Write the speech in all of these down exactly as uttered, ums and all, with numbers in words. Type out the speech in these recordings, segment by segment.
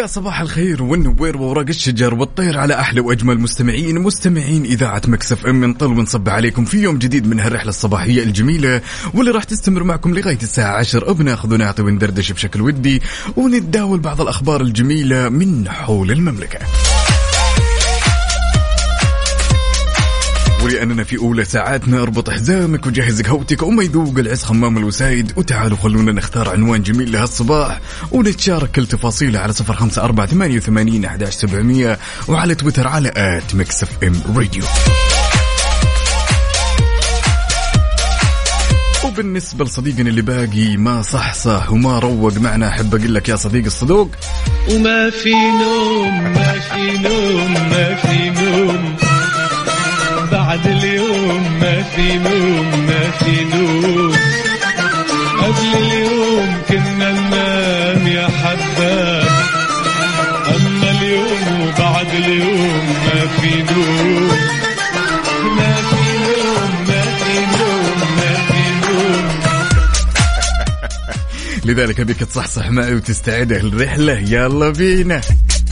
صباح الخير والنوير وورق الشجر والطير على أحلى وأجمل مستمعين مستمعين إذاعة مكس اف ام. من طل ونصب عليكم في يوم جديد من هالرحلة الصباحية الجميلة واللي راح تستمر معكم لغاية الساعة عشر. وبناخذ ونعطي وندردش بشكل ودي ونتداول بعض الأخبار الجميلة من حول المملكة. ولأننا في أولى ساعاتنا اربط حزامك وجهز قهوتك وما يذوق العز خمام الوسايد، وتعالوا خلونا نختار عنوان جميل لهالصباح ونتشارك كل تفاصيله على صفر خمسة أربعة ثمانية وثمانين أحد عشر سبعمية وعلى تويتر على آت ميكس اف ام راديو. وبالنسبة لصديقنا اللي باقي ما صح صح وما روق معنا، أحب أقول لك يا صديق الصدوق وما في نوم ما في نوم ما في نوم بعد اليوم، ما في نوم ما في نوم قبل اليوم كنا ننام يا حباب، أما اليوم وبعد اليوم ما في نوم ما في نوم ما في نوم ما في نوم. لذلك أبيك تصحصح معي وتستعد الرحلة، يلا بينا.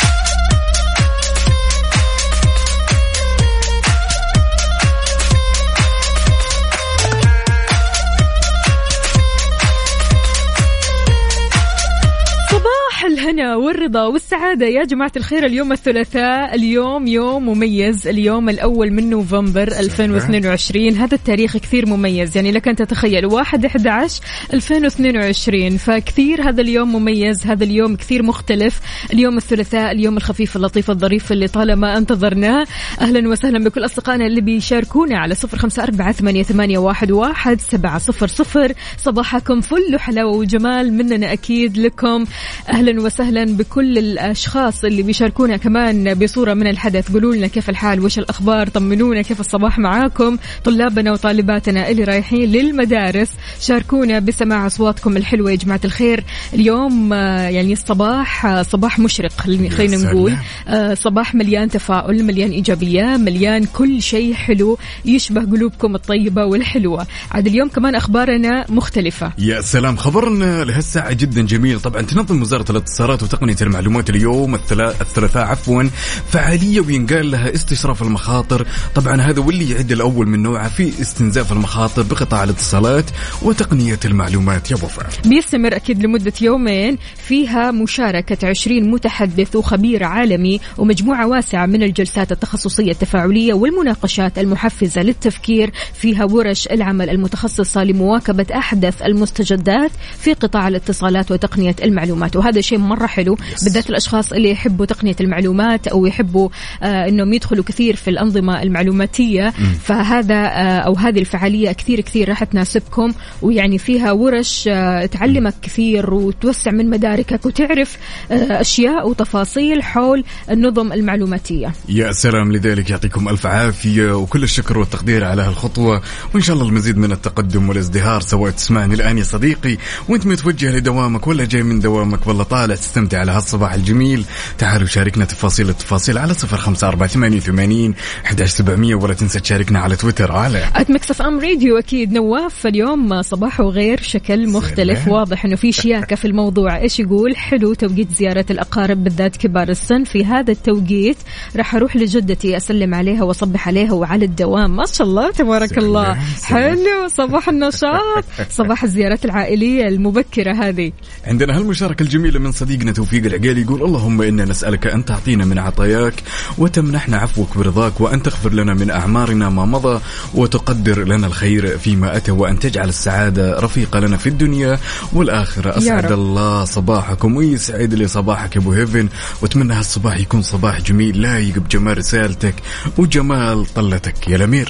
الهنا والرضا والسعادة يا جماعة الخير. اليوم الثلاثاء، اليوم يوم مميز، اليوم الأول من نوفمبر ألفين واثنين وعشرين. هذا التاريخ كثير مميز، يعني لك أن تتخيل واحد أحد عشر ألفين واثنين وعشرين، فكثير هذا اليوم مميز، هذا اليوم كثير مختلف. اليوم الثلاثاء، اليوم الخفيف اللطيف الظريف اللي طالما انتظرناه. أهلا وسهلا بكل أصدقائنا اللي بيشاركونا على صفر خمسة أربعة ثمانية ثمانية واحد واحد سبعة صفر صفر. صباحكم فل وحلاوة وجمال مننا أكيد لكم. أهلا وسهلا بكل الأشخاص اللي بيشاركونا كمان بصورة من الحدث. قولوا لنا كيف الحال، وش الأخبار، طمنونا كيف الصباح معاكم. طلابنا وطالباتنا اللي رايحين للمدارس شاركونا بسماع أصواتكم الحلوة يا جماعة الخير. اليوم يعني الصباح صباح مشرق، خلينا نقول صباح مليان تفاؤل، مليان إيجابية، مليان كل شيء حلو يشبه قلوبكم الطيبة والحلوة. عاد اليوم كمان أخبارنا مختلفة. يا سلام، خبرنا لهالساعة جدا جميل. طبعا تنظم وزارة الاتصالات وتقنية المعلومات اليوم الثلاثاء عفوا فعالية وينقال لها استشراف المخاطر. طبعا هذا واللي يعد الأول من نوعه في استنزاف المخاطر بقطاع الاتصالات وتقنية المعلومات. يا وفاء بيستمر أكيد لمدة يومين، فيها مشاركة عشرين متحدث وخبير عالمي ومجموعة واسعة من الجلسات التخصصية التفاعلية والمناقشات المحفزة للتفكير. فيها ورش العمل المتخصصة لمواكبة أحدث المستجدات في قطاع الاتصالات وتقنية المعلومات، وهذا شيء مرة حلو بالذات الأشخاص اللي يحبوا تقنية المعلومات أو يحبوا آه إنهم يدخلوا كثير في الأنظمة المعلومات. فهذا آه أو هذه الفعالية كثير كثير راح تناسبكم، ويعني فيها ورش آه تعلمك كثير وتوسع من مداركك وتعرف آه أشياء وتفاصيل حول النظم المعلوماتية. يا سلام، لذلك يعطيكم ألف عافية وكل الشكر والتقدير على هالخطوة، وإن شاء الله المزيد من التقدم والازدهار. سواء تسمعني الآن يا صديقي وانت متوجه لدوامك ولا جاي من دوامك والله طالع تستمتع على هالصباح الجميل، تعالوا شاركنا تفاصيل التفاصيل على صفر خمسة أربعة ثمانية ثمانين أحد عشر سبعمية، ولا تنسى تشاركنا على تويتر على آت ميكس اف ام راديو. أكيد نواف اليوم صباحه غير شكل مختلف، سلام. واضح إنه في شياكة في الموضوع. إيش يقول؟ حلو توقيت زيارة الأقارب بالذات كبار السن. في هذا التوقيت راح أروح لجدتي أسلم عليها وأصبح عليها وعلى الدوام. ما شاء الله تبارك سلام. الله سلام. حلو، صباح النشاط، صباح الزيارات العائلية المبكرة هذه. عندنا هالمشاركة الجميلة من صديقنا توفيق العقيلي، يقول اللهم إنا نسألك أن تعطينا من عطاياك وتمنحنا عفوك برضاك، وأن تغفر لنا من أعمارنا ما مضى وتقدر لنا الخير فيما أتى، وأن تجعل السعادة رفيقة لنا في الدنيا والآخرة. أسعد الله صباحكم ويسعد لي صباحك يا أبو هيفن، وأتمنى هالصباح يكون صباح جميل لايق بجمال رسالتك وجمال طلتك يا الأمير.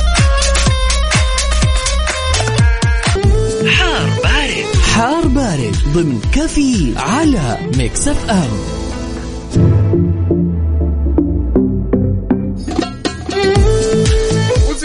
حار بارد حار بارد ضمن كفي على ميكس اف ام.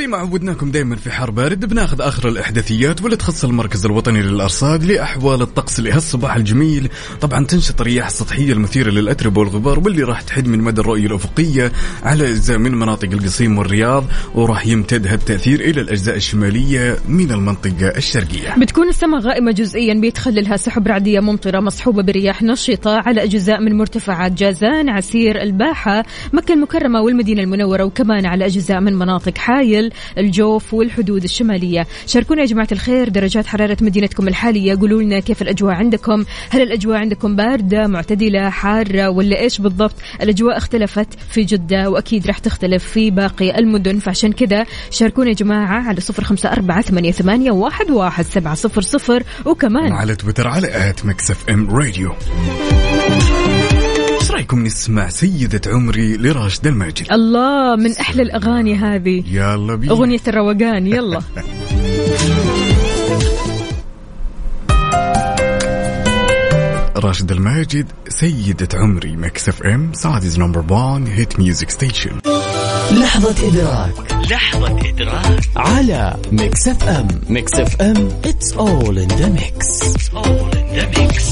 وزي ما عودناكم دايما في حار بارد بناخذ آخر الإحداثيات واللي تخص المركز الوطني للأرصاد لأحوال الطقس لهالصباح الجميل. طبعا تنشط الرياح السطحية المثيرة للأتربة والغبار واللي راح تحد من مدى الرؤية الأفقية على أجزاء من مناطق القصيم والرياض، وراح يمتد هالتأثير إلى الأجزاء الشمالية من المنطقة الشرقية. بتكون السماء غائمة جزئيا بيتخللها سحب رعدية ممطرة مصحوبة برياح نشطة على أجزاء من مرتفعات جازان، عسير، الباحة، مكة المكرمة والمدينة المنورة، وكمان على أجزاء من مناطق حايل، الجوف والحدود الشمالية. شاركونا يا جماعة الخير درجات حرارة مدينتكم الحالية، قولوا لنا كيف الأجواء عندكم، هل الأجواء عندكم باردة معتدلة حارة ولا إيش بالضبط؟ الأجواء اختلفت في جدة وأكيد راح تختلف في باقي المدن، فعشان كذا شاركونا يا جماعة على صفر خمسة أربعة ثمانية ثمانية واحد واحد سبعة صفر صفر، وكمان على تويتر على آت ميكس إف إم راديو. ايش رايكم نسمع سيدة عمري لراشد الماجد؟ الله، من أحلى الأغاني هذه، يلا بينا أغنية الروقان. يلا راشد الماجد سيدة عمري. ميكس إف إم سعوديز نمبر وان هيت ميوزك ستيشن. لحظة إدراك لحظة إدراك على ميكس إف إم. ميكس إف إم It's all in the mix. It's all in the mix.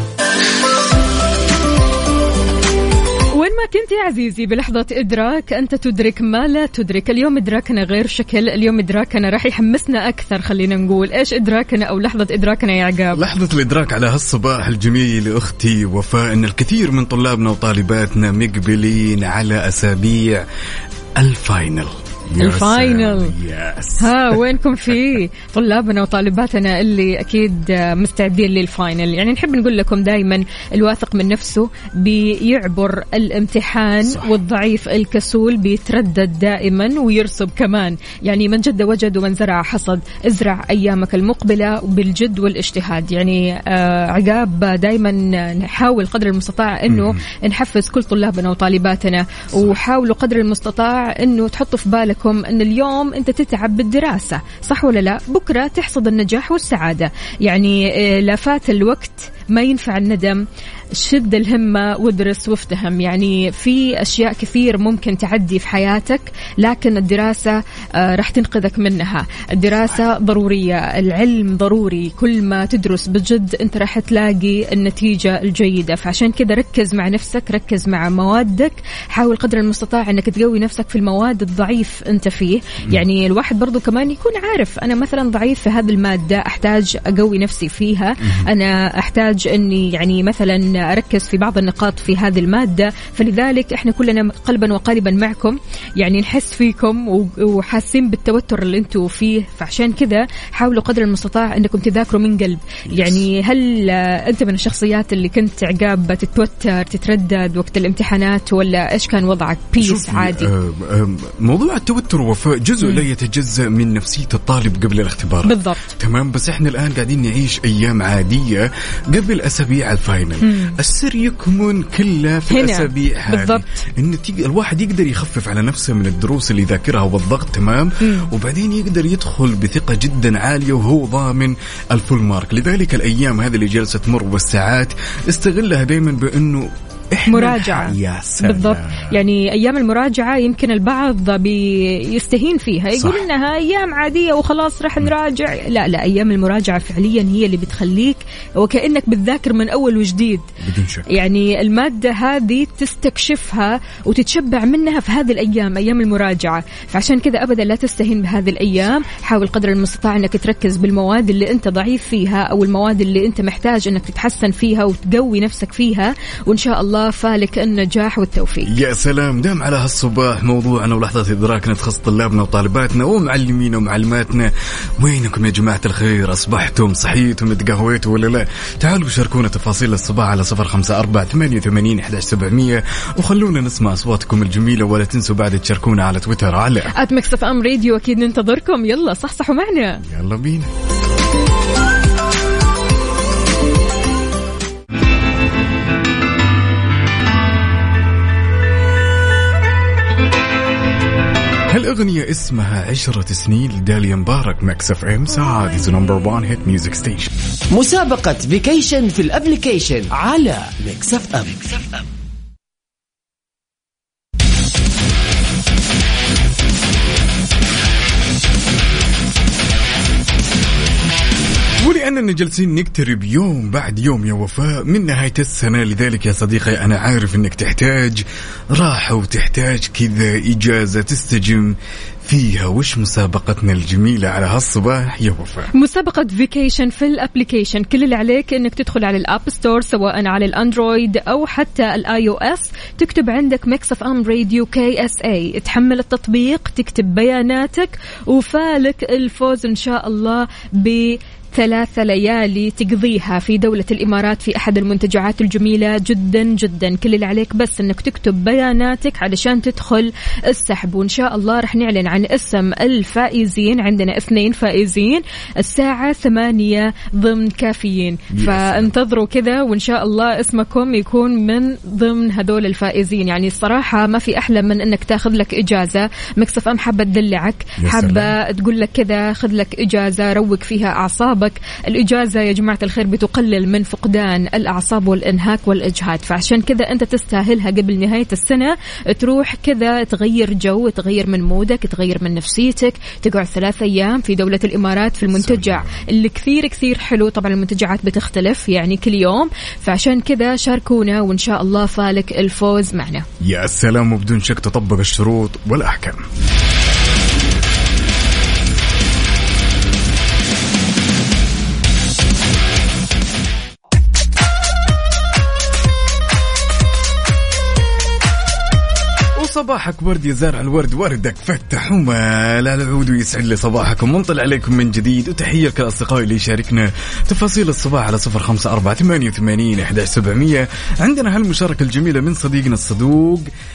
وين ما كنت يا عزيزي بلحظة إدراك أنت تدرك ما لا تدرك. اليوم إدراكنا غير شكل، اليوم إدراكنا راح يحمسنا أكثر. خلينا نقول إيش إدراكنا أو لحظة إدراكنا يا عقاب؟ لحظة الإدراك على هالصباح الجميل أختي وفاء أن الكثير من طلابنا وطالباتنا مقبلين على أسابيع الفاينل. الفاينل ها وينكم فيه طلابنا وطالباتنا اللي أكيد مستعدين للفاينل؟ يعني نحب نقول لكم دايما الواثق من نفسه بيعبر الامتحان، صح. والضعيف الكسول بيتردد دائما ويرسب كمان. يعني من جد وجد ومن زرع حصد. ازرع أيامك المقبلة بالجد والاجتهاد. يعني آه عقاب دايما نحاول قدر المستطاع أنه نحفز كل طلابنا وطالباتنا، وحاولوا قدر المستطاع أنه تحطوا في بالك أن اليوم أنت تتعب بالدراسة، صح ولا لا؟ بكرة تحصد النجاح والسعادة. يعني لا فات الوقت ما ينفع الندم. شد الهمة وادرس وافتهم. يعني في أشياء كثير ممكن تعدي في حياتك، لكن الدراسة آه رح تنقذك منها. الدراسة ضرورية، العلم ضروري. كل ما تدرس بجد أنت رح تلاقي النتيجة الجيدة. فعشان كذا ركز مع نفسك، ركز مع موادك، حاول قدر المستطاع أنك تقوي نفسك في المواد الضعيف أنت فيه. يعني الواحد برضو كمان يكون عارف أنا مثلا ضعيف في هذه المادة، أحتاج أقوي نفسي فيها. أنا أحتاج أني يعني مثلا أركز في بعض النقاط في هذه المادة. فلذلك إحنا كلنا قلبا وقالبا معكم، يعني نحس فيكم وحاسين بالتوتر اللي أنتوا فيه. فعشان كذا حاولوا قدر المستطاع أنكم تذاكروا من قلب. يعني هل أنت من الشخصيات اللي كنت عقاب تتوتر تتردد وقت الامتحانات، ولا إيش كان وضعك؟ بيس عادي. آه آه موضوع التوتر وفاء جزء لا يتجزأ من نفسية الطالب قبل الاختبار. بالضبط. تمام. بس إحنا الآن قاعدين نعيش أيام عادية قبل أسابيع الفاينل. مم. السر يكمن كله في الأسابيع هذه. بالضبط. إن الواحد يقدر يخفف على نفسه من الدروس اللي ذاكرها والضغط. تمام. مم. وبعدين يقدر يدخل بثقة جدا عالية وهو ضامن الفول مارك. لذلك الأيام هذه اللي جالسة تمر والساعات استغلها دايما بأنه مراجعة. بالضبط. يعني أيام المراجعة يمكن البعض بيستهين فيها، يقول صح. إنها أيام عادية وخلاص رح نراجع. لا لا، أيام المراجعة فعليا هي اللي بتخليك وكأنك بتذاكر من أول وجديد بدون شك. يعني المادة هذه تستكشفها وتتشبع منها في هذه الأيام، أيام المراجعة. فعشان كذا أبدا لا تستهين بهذه الأيام. حاول قدر المستطاع أنك تركز بالمواد اللي أنت ضعيف فيها أو المواد اللي أنت محتاج أنك تتحسن فيها وتقوي نفسك فيها، وإن شاء الله فالك النجاح والتوفيق. يا سلام. دام على هالصباح موضوعنا ولحظة إدراكنا تخص طلابنا وطالباتنا ومعلمين ومعلماتنا. وينكم يا جماعة الخير؟ أصبحتم صحيتم تقهويتوا ولا لا؟ تعالوا شاركونا تفاصيل الصباح على صفر خمسة أربعة ثمانية ثمانين أحد عشر سبعمية، وخلونا نسمع أصواتكم الجميلة. ولا تنسوا بعد تشاركونا على تويتر على آت ميكس إف إم راديو. أكيد ننتظركم. يلا صحصحوا معنا. يلا بينا. هالأغنية اسمها عشرة سنين لداليا مبارك. ميكس إف إم سعادة نمبر وان هيت ميوزك ستيشن. مسابقة فيكيشن في الابليكيشن على ميكس إف إم. لأننا جالسين نقترب يوم بعد يوم يا وفاء من نهاية السنة. لذلك يا صديقي أنا عارف أنك تحتاج راحة وتحتاج كذا إجازة تستجم فيها. وش مسابقتنا الجميلة على هالصباح يا وفاء؟ مسابقة فيكيشن في الابليكيشن. كل اللي عليك انك تدخل على الاب ستور سواء على الاندرويد او حتى الاي او اس، تكتب عندك ميكس اف ام راديو كي اس اي، تحمل التطبيق، تكتب بياناتك، وفالك الفوز ان شاء الله ب ثلاثة ليالي تقضيها في دولة الإمارات في أحد المنتجعات الجميلة جدا جدا. كل اللي عليك بس أنك تكتب بياناتك علشان تدخل السحب، وإن شاء الله رح نعلن عن اسم الفائزين. عندنا اثنين فائزين الساعة ثمانية ضمن كافيين، فانتظروا كذا وإن شاء الله اسمكم يكون من ضمن هذول الفائزين. يعني الصراحة ما في أحلى من أنك تاخذ لك إجازة. ميكس اف ام حابة تدلعك، حابة تقول لك كذا خذ لك إجازة روق فيها أعصابك. الإجازة يا جماعة الخير بتقلل من فقدان الأعصاب والإنهاك والإجهاد، فعشان كذا أنت تستاهلها قبل نهاية السنة. تروح كذا تغير جو، تغير من مودك، تغير من نفسيتك، تقعد ثلاثة أيام في دولة الإمارات في المنتجع اللي كثير كثير حلو. طبعا المنتجعات بتختلف يعني كل يوم، فعشان كذا شاركونا وإن شاء الله فالك الفوز معنا. يا سلام، وبدون شك تطبق الشروط والأحكام. صباحك ورد يا زارع الورد، وردك فتح وما لا العود، ويسعد لي صباحكم ونطلع عليكم من جديد. وتحية لك أصدقائي اللي يشاركنا تفاصيل الصباح على صفر خمسة أربعة ثمانية وثمانين أحد عشر سبعمية. عندنا هالمشاركة الجميلة من صديقنا الصدوق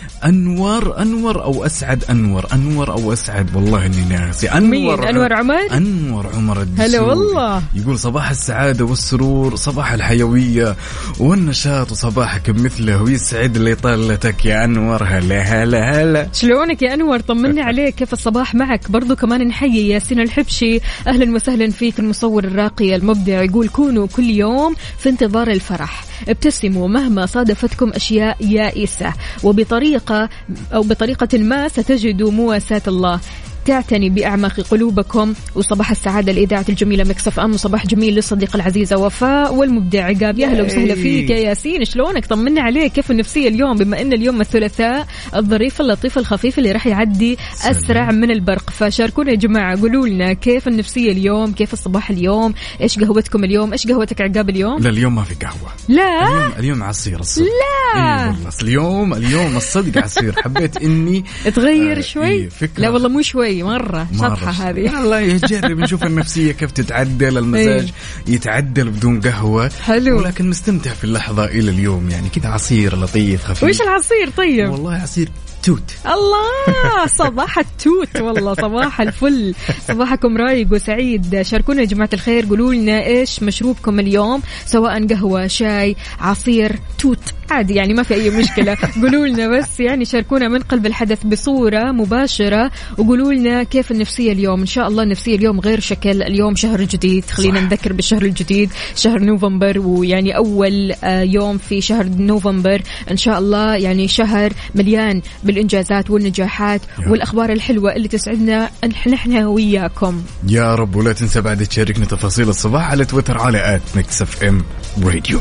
أنور أنور أو أسعد أنور أنور أو أسعد، والله إني ناسي. أنور أنور عمر أنور عمر هلا والله. يقول صباح السعادة والسرور، صباح الحيوية والنشاط، وصباحك مثله ويسعد لي طلتك يا أنور. هلا هلا هلا، شلونك يا أنور؟ طمني عليك، كيف الصباح معك؟ برضو كمان نحيي ياسين الحبشي، أهلا وسهلا فيك. المصور الراقي المبدع يقول كونوا كل يوم في انتظار الفرح، ابتسموا مهما صادفتكم أشياء يائسة، وبطريقة أو بطريقة ما ستجدوا مواساة الله تعتني بأعماق قلوبكم. وصباح السعادة الإذاعة الجميلة ميكس اف ام، وصباح جميل للصديقة العزيزة وفاء والمبدع عقاب. يا أهلا وسهلا فيك يا ياسين، شلونك؟ طمني عليك، كيف النفسية اليوم بما أن اليوم الثلاثاء الظريف اللطيف الخفيف اللي راح يعدي أسرع من البرق؟ فشاركونا يا جماعة، قولوا لنا كيف النفسية اليوم، كيف الصباح اليوم، إيش قهوتكم اليوم، إيش قهوتك عقاب اليوم؟ لا اليوم ما في قهوة، لا اليوم, اليوم عصير الصدق. لا إيه والله اليوم اليوم الصدق عصير. حبيت إني تغير آه شوي. إيه لا والله مو شوي، مرة شطحة هذه. الله يجرب نشوف النفسية كيف تتعدل، المزاج يتعدل بدون قهوة. حلو، ولكن مستمتع في اللحظة إلى اليوم، يعني كده عصير لطيف خفيف. وش العصير طيب؟ والله عصير توت. الله، صباح التوت والله، صباح الفل، صباحكم رايق وسعيد. شاركونا يا جماعة الخير، قولوا لنا إيش مشروبكم اليوم، سواء قهوة شاي عصير توت عادي، يعني ما في أي مشكلة. قولوا لنا بس، يعني شاركونا من قلب الحدث بصورة مباشرة، وقولوا لنا كيف النفسية اليوم. إن شاء الله النفسية اليوم غير شكل. اليوم شهر جديد، خلينا نذكر بالشهر الجديد، شهر نوفمبر، ويعني أول يوم في شهر نوفمبر إن شاء الله، يعني شهر مليان بالإنجازات والنجاحات والأخبار الحلوة اللي تسعدنا نحن وياكم يا رب. ولا تنسى بعد تشاركنا تفاصيل الصباح على تويتر على آت ميكس اف ام راديو.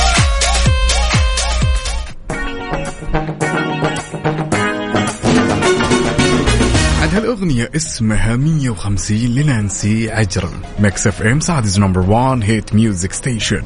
عاد هالأغنية اسمها مية وخمسين لنانسي عجرم. ميكس اف ام سعد's number one hit music station.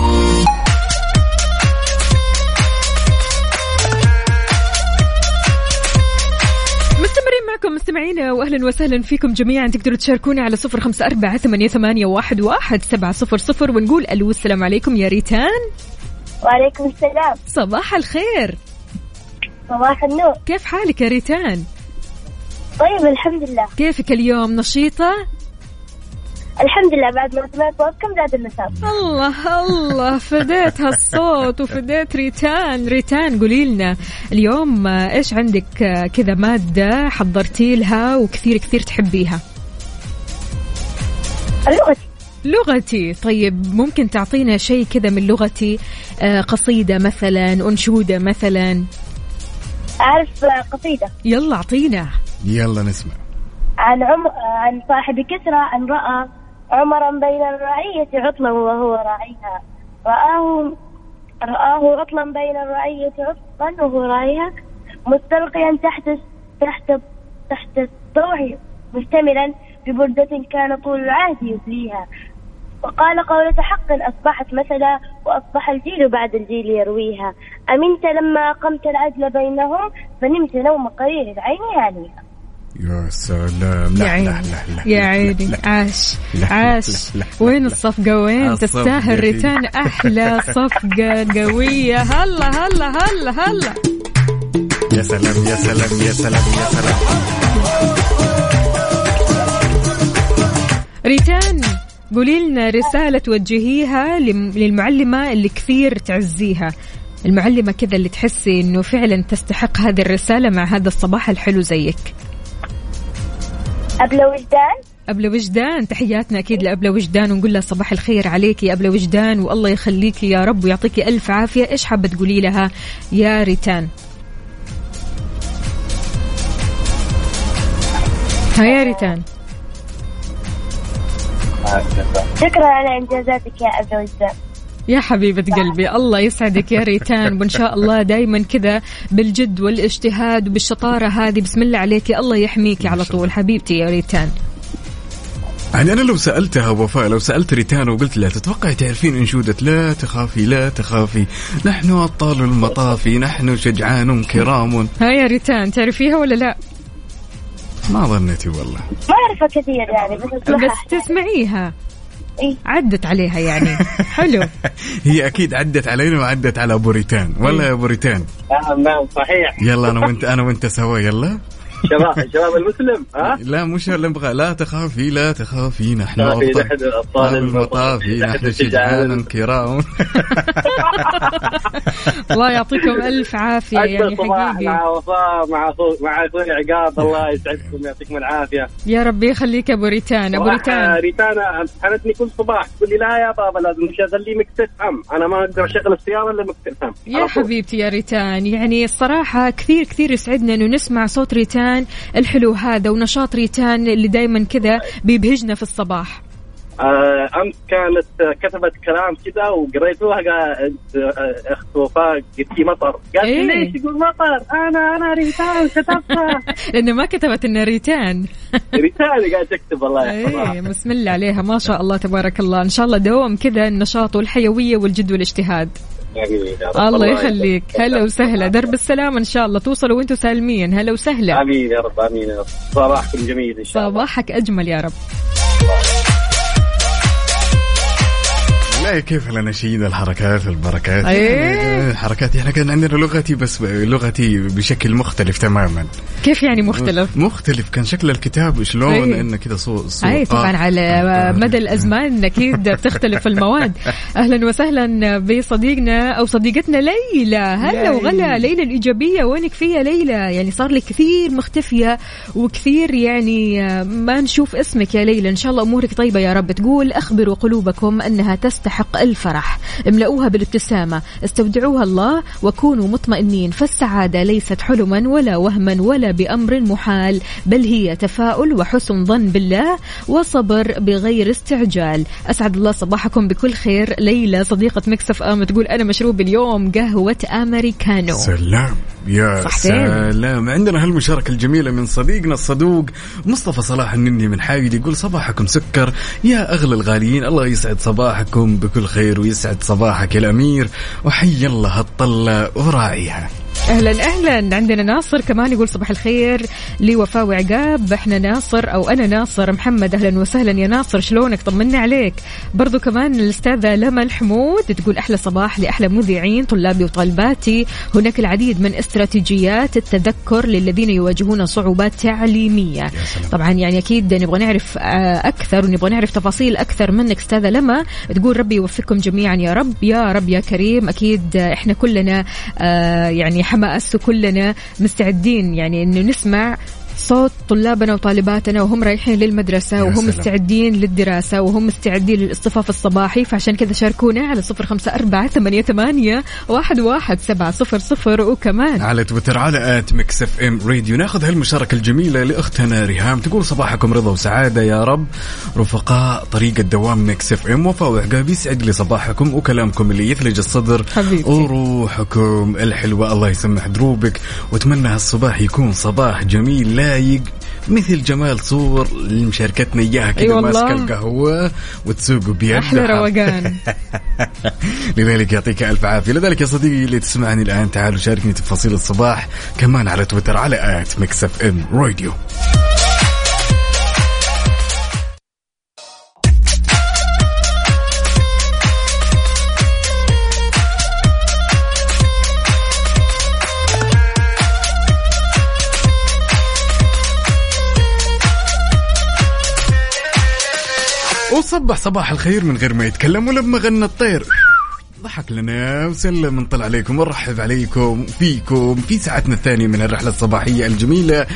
مستمعينا واهلا وسهلا فيكم جميعا. تقدروا تشاركونا على صفر خمسة أربعة ثمانية ثمانية واحد واحد سبعة صفر صفر ونقول الو. السلام عليكم يا ريتان. وعليكم السلام. صباح الخير. صباح النور. كيف حالك يا ريتان؟ طيب الحمد لله. كيفك اليوم؟ نشيطة؟ الحمد لله، بعد ما سمعت صوتكم زاد النشاط. الله الله، فديت هالصوت وفديت ريتان. ريتان قولي لنا اليوم ايش عندك كذا مادة حضرتي لها وكثير كثير تحبيها؟ لغتي. لغتي، طيب ممكن تعطينا شيء كذا من لغتي، قصيدة مثلا، أنشودة مثلا؟ أعرف قصيدة. يلا أعطينا. يلا نسمع. عن عم عن صاحب كسرى أن رأى عمرا بين الرعية عطلا وهو راعيها، رآه رآه عطلا بين الرعية عطلا وهو راعيها، مستلقيا تحت تحت تحت الضوء مشتملا ببردة كان طول العهد يسليها، وقال قولة حق أصبحت مثلا وأصبح الجيل بعد الجيل يرويها، أمنت لما أقمت العدل بينهم فنمت نوم قرير العين يعنيها. يا سلام. يا عيني يا عيني، عاش عاش. وين الصفقة؟ وين تستاهل ريتان أحلى صفقة قوية. هلا هلا هلا هلا. يا سلام يا سلام يا سلام يا سلام. ريتان قولي لنا رسالة توجهيها للمعلمة اللي كثير تعزيها، المعلمة كذا اللي تحسي إنه فعلا تستحق هذه الرسالة مع هذا الصباح الحلو زيك. أبلة وجدان. أبلة وجدان، تحياتنا أكيد لأبلة وجدان، ونقول لها صباح الخير عليكي يا أبلة وجدان، والله يخليكي يا رب ويعطيكي ألف عافية. إيش حابة تقولي لها يا ريتان؟ ها يا ريتان. شكرا على إنجازاتك يا أبلة وجدان. يا حبيبة قلبي الله يسعدك يا ريتان، وإن شاء الله دايما كذا بالجد والاجتهاد وبالشطارة هذه، بسم الله عليكي، الله يحميكي على طول حبيبتي يا ريتان. يعني أنا لو سألتها وفاء، لو سألت ريتان وقلت لها تتوقعي تعرفين أنشودة لا تخافي لا تخافي نحن أبطال المطافي نحن شجعان كرام، ها يا ريتان تعرفيها ولا لا؟ ما ظنيتي والله. ما أعرفها كثير يعني، بس, بس تسمعيها. إيه؟ عدت عليها يعني. حلو. هي أكيد عدت علينا وعدت على أبو ريتان، ولا يا أبو ريتان؟ نعم نعم صحيح. يلا أنا وأنت أنا وأنت سوا يلا. شباب شباب المسلم ها؟ لا مش اللي نبغى، لا تخافي لا تخافي نحن أبطال المطافي نحن شجعان كرام. الله يعطيكم ألف عافية يعني حقيقي. مع وفاء مع أخوي مع أخوي عقاب، الله يسعدكم ويعطيكم العافية. يا ربي يخليك أبو ريتان. أبو ريتان ريتان امتحنتني كل صباح تقول لي لا يا بابا لازم نشغل لي مكس اف ام، أنا ما أقدر أشغل السيارة إلا مكس اف ام. يا حبيبتي يا ريتان، يعني الصراحة كثير كثير يسعدنا إنه نسمع صوت ريتان الحلو هذا ونشاط ريتان اللي دايما كذا بيبهجنا في الصباح. آه أمس كانت كتبت كلام كذا وقريتوها، قالت أخت وفاء قلتي مطر، قالت إيه؟ ليش يقول مطر؟ أنا أنا ريتان كتبتها. لأنه ما كتبت إنه ريتان. ريتان قاعد تكتب الله يحفظها. إيه بسم الله عليها ما شاء الله تبارك الله، إن شاء الله دوم كذا النشاط والحيوية والجد والاجتهاد. الله يخليك. هلا وسهلا، درب السلامة إن شاء الله توصلوا وانتوا سالمين. هلا وسهلا. آمين يا رب آمين يا رب. صباحكم جميل إن شاء الله. صباحك أجمل يا رب. لا كيف الأناشيد الحركات البركات. أيه. حركات احنا كان عندنا لغتي، بس لغتي بشكل مختلف تماما. كيف يعني مختلف؟ مختلف كان شكل الكتاب شلون. أيه. إنه كذا صوت صوت أي طبعا على مدى الأزمان أكيد بتختلف المواد. أهلا وسهلا بصديقنا أو صديقتنا ليلى. هلا وغلا ليلى الإيجابية، وينك فيها ليلى؟ يعني صار لك كثير مختفية وكثير يعني ما نشوف اسمك يا ليلى. إن شاء الله أمورك طيبة يا رب. تقول أخبروا قلوبكم أنها تستحق حق الفرح، املؤوها بالابتسامة، استودعوها الله وكونوا مطمئنين، فالسعادة ليست حلما ولا وهما ولا بأمر محال، بل هي تفاؤل وحسن ظن بالله وصبر بغير استعجال. أسعد الله صباحكم بكل خير. ليلى صديقة مكسف آم تقول أنا مشروب اليوم قهوة أمريكانو. سلام يا صحتين. سلام. عندنا هالمشاركة الجميلة من صديقنا الصدوق مصطفى صلاح النني من حايد، يقول صباحكم سكر يا أغلى الغاليين، الله يسعد صباحكم بكل خير ويسعد صباحك الأمير، وحي الله الطلة وراعيها. أهلا أهلا. عندنا ناصر كمان يقول صباح الخير لوفاء وعقاب. احنا ناصر أو أنا ناصر محمد. أهلا وسهلا يا ناصر، شلونك؟ طمنا عليك. برضو كمان الأستاذة لما الحمود تقول أحلى صباح لأحلى مذيعين طلابي وطالباتي. هناك العديد من استراتيجيات التذكر للذين يواجهون صعوبات تعليمية. طبعا يعني أكيد نبغى نعرف أكثر ونبغى نعرف تفاصيل أكثر منك أستاذة لما. تقول ربي يوفقكم جميعا يا رب يا رب يا كريم. أكيد إحنا كلنا يعني حماس كلنا مستعدين يعني إنه نسمع صوت طلابنا وطالباتنا وهم رايحين للمدرسة وهم مستعدين للدراسة وهم مستعدين للاصطفاف الصباحي. فعشان كذا شاركونا على صفر خمسة أربعة ثمانية ثمانية واحد واحد سبعة صفر صفر، وكمان على تويتر على آت ميكس اف ام راديو. ناخذ هالمشاركة الجميلة لأختنا ريهام، تقول صباحكم رضا وسعادة يا رب رفقاء طريق الدوام ميكس اف ام. وفاء وعقاب يسعد لي صباحكم وكلامكم اللي يثلج الصدر حبيبتي. وروحكم الحلوة الله يسمح دروبك، واتمنى هالصباح يكون صباح جميل لايق مثل جمال صور مشاركتنا إياها كذا. أيوة ماسكة القهوة وتسوق بيد أحلى روقان. لذلك يعطيك ألف عافية. لذلك يا صديقي اللي تسمعني الآن تعالوا شاركني تفاصيل الصباح كمان على تويتر على آت ميكس اف ام راديو. وصبح صباح الخير من غير ما يتكلم، ولما غنى الطير ضحك لنا وسلم من طلع عليكم ونرحب عليكم فيكم في ساعتنا الثانية من الرحلة الصباحية الجميلة.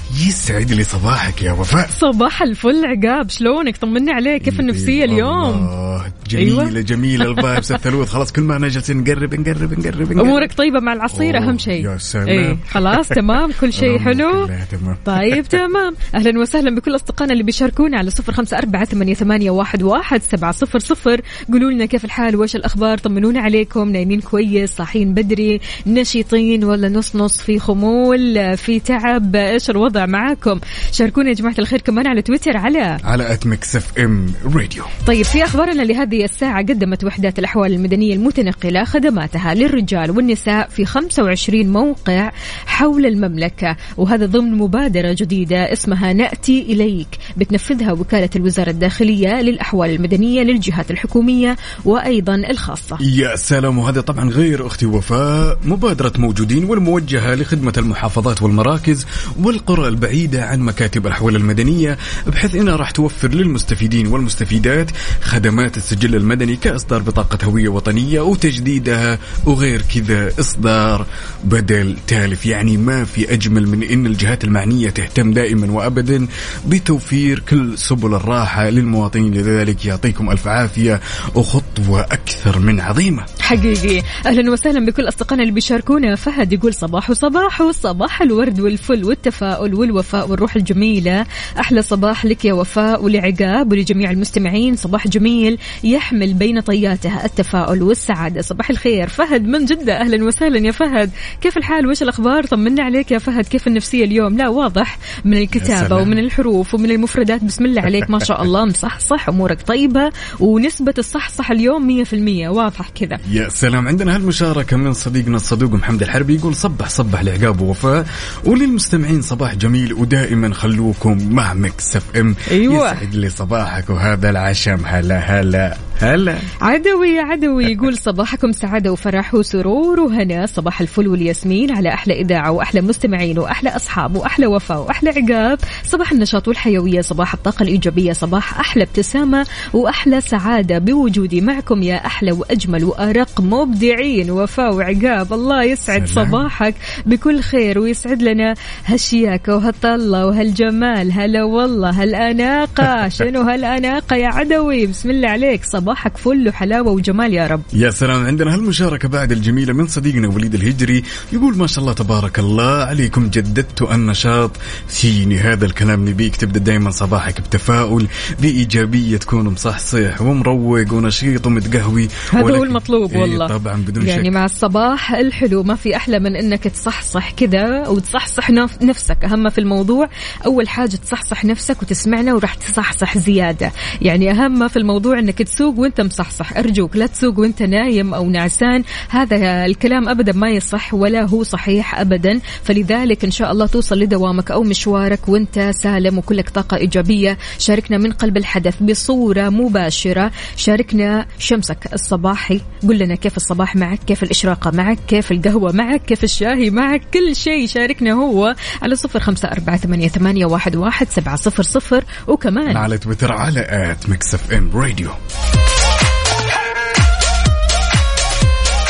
يسعد لي صباحك يا وفاء. صباح الفل عقاب، شلونك؟ طمني عليك، كيف النفسية اليوم؟ جميلة أيوة. جميلة الفايبس الثلوث خلاص، كل ما نجلس نقرب نقرب نقرب. أمورك طيبة مع العصير أهم شيء. يا سلام. ايه خلاص تمام كل شيء حلو. تمام. طيب تمام. أهلا وسهلا بكل أصدقائنا اللي بيشاركونا على صفر خمسة أربعة ثمانية ثمانية واحد واحد سبعة صفر صفر. قولوا لنا كيف الحال وإيش الأخبار، طمنونا عليكم، نايمين كويس، صاحين بدري، نشيطين ولا نص نص، في خمول، في تعب، إيش الوضع معاكم؟ شاركونا يا جماعة الخير كمان على تويتر على على آت ميكس اف ام راديو. طيب في أخبارنا لهذه الساعة، قدمت وحدات الأحوال المدنية المتنقلة خدماتها للرجال والنساء في خمسة وعشرين موقع حول المملكة، وهذا ضمن مبادرة جديدة اسمها نأتي إليك، بتنفذها وكالة الوزارة الداخلية للأحوال المدنية للجهات الحكومية وأيضا الخاصة. يا سلام. وهذا طبعا غير أختي وفاء مبادرة موجودين والموجهة لخدمة المحافظات والمراكز والقرى البعيدة عن مكاتب الأحوال المدنية، بحيث إنها راح توفر للمستفيدين والمستفيدات خدمات السجل المدني كإصدار بطاقة هوية وطنية وتجديدها، وغير كذا إصدار بدل تالف. يعني ما في أجمل من إن الجهات المعنية تهتم دائما وأبدا بتوفير كل سبل الراحة للمواطنين. لذلك يعطيكم ألف عافية، وخطوة أكثر من عظيمة حقيقي. أهلا وسهلا بكل أصدقائنا اللي بيشاركونا. فهد يقول صباح صباح صباح الورد والفل والتفاؤل والوفاء والروح الجميلة. أحلى صباح لك يا وفاء ولعقاب ولجميع المستمعين، صباح جميل يحمل بين طياتها التفاؤل والسعادة. صباح الخير فهد من جدة، أهلا وسهلا يا فهد، كيف الحال وإيش الأخبار؟ طمنا عليك يا فهد، كيف النفسية اليوم؟ لا واضح من الكتابة ومن الحروف ومن المفردات بسم الله عليك ما شاء الله، مصحصح، أمورك طيبة، ونسبة الصحصح اليوم مية في المية، واضح كذا. يا سلام. عندنا هالمشاركة من صديقنا الصدوق محمد الحربي، يقول صبح صبح لعقاب ووفاء وللمستمعين صباح جميل، ودائما خلوكم مع ميكس اف ام. أيوة. يسعد لي صباحك وهذا العشم. هلا هلا هلا. عدوي يا عدوي يقول صباحكم سعادة وفرح وسرور وهنا، صباح الفل والياسمين على أحلى إذاعة وأحلى مستمعين وأحلى أصحاب وأحلى وفاء وأحلى عقاب، صباح النشاط والحيوية، صباح الطاقة الإيجابية، صباح أحلى ابتسامة وأحلى سعادة بوجودي معكم يا أحلى وأجمل وأرق مبدعين وفاء وعقاب. الله يسعد سلام. صباحك بكل خير ويسعد لنا هالشياكة وهالطلة وهالجمال. هلا والله هالأناقة، شنو هالأناقة يا عدوي، بسم الله عليك، صباحك فل وحلاوة وجمال يا رب. يا سلام. عندنا هالمشاركة بعد الجميلة من صديقنا وليد الهجري، يقول ما شاء الله تبارك الله عليكم، جددت النشاط فيني. هذا الكلام نبيك تبدأ دايما صباحك بتفاؤل بإيجابية، تكون مصحصح ومروق ونشيط ومتقهوي، هذا هو المطلوب والله. إيه طبعا بدون يعني شك. مع الصباح الحلو ما في أحلى من إنك تصحصح كذا وتصحصح نفسك. أهم في الموضوع أول حاجة تصحصح نفسك وتسمعنا وراح تصحصح زيادة. يعني أهم في الموضوع إنك تسوق وإنت مصحصح، أرجوك لا تسوق وإنت نايم أو نعسان، هذا الكلام أبدا ما يصح ولا هو صحيح أبدا. فلذلك إن شاء الله توصل لدوامك أو مشوارك وإنت سالم وكلك طاقة إيجابية. شاركنا من قلب الحدث بصورة مباشرة، شاركنا شمسك الصباحي، قل لنا كيف الصباح معك، كيف الإشراقة معك، كيف القهوة معك، كيف الشاهي معك، كل شيء شاركنا هو على صفر خمسة أربعة ثمانية ثمانية واحد واحد سبعة صفر صفر، وكمان على تويتر على آت ميكس اف ام راديو.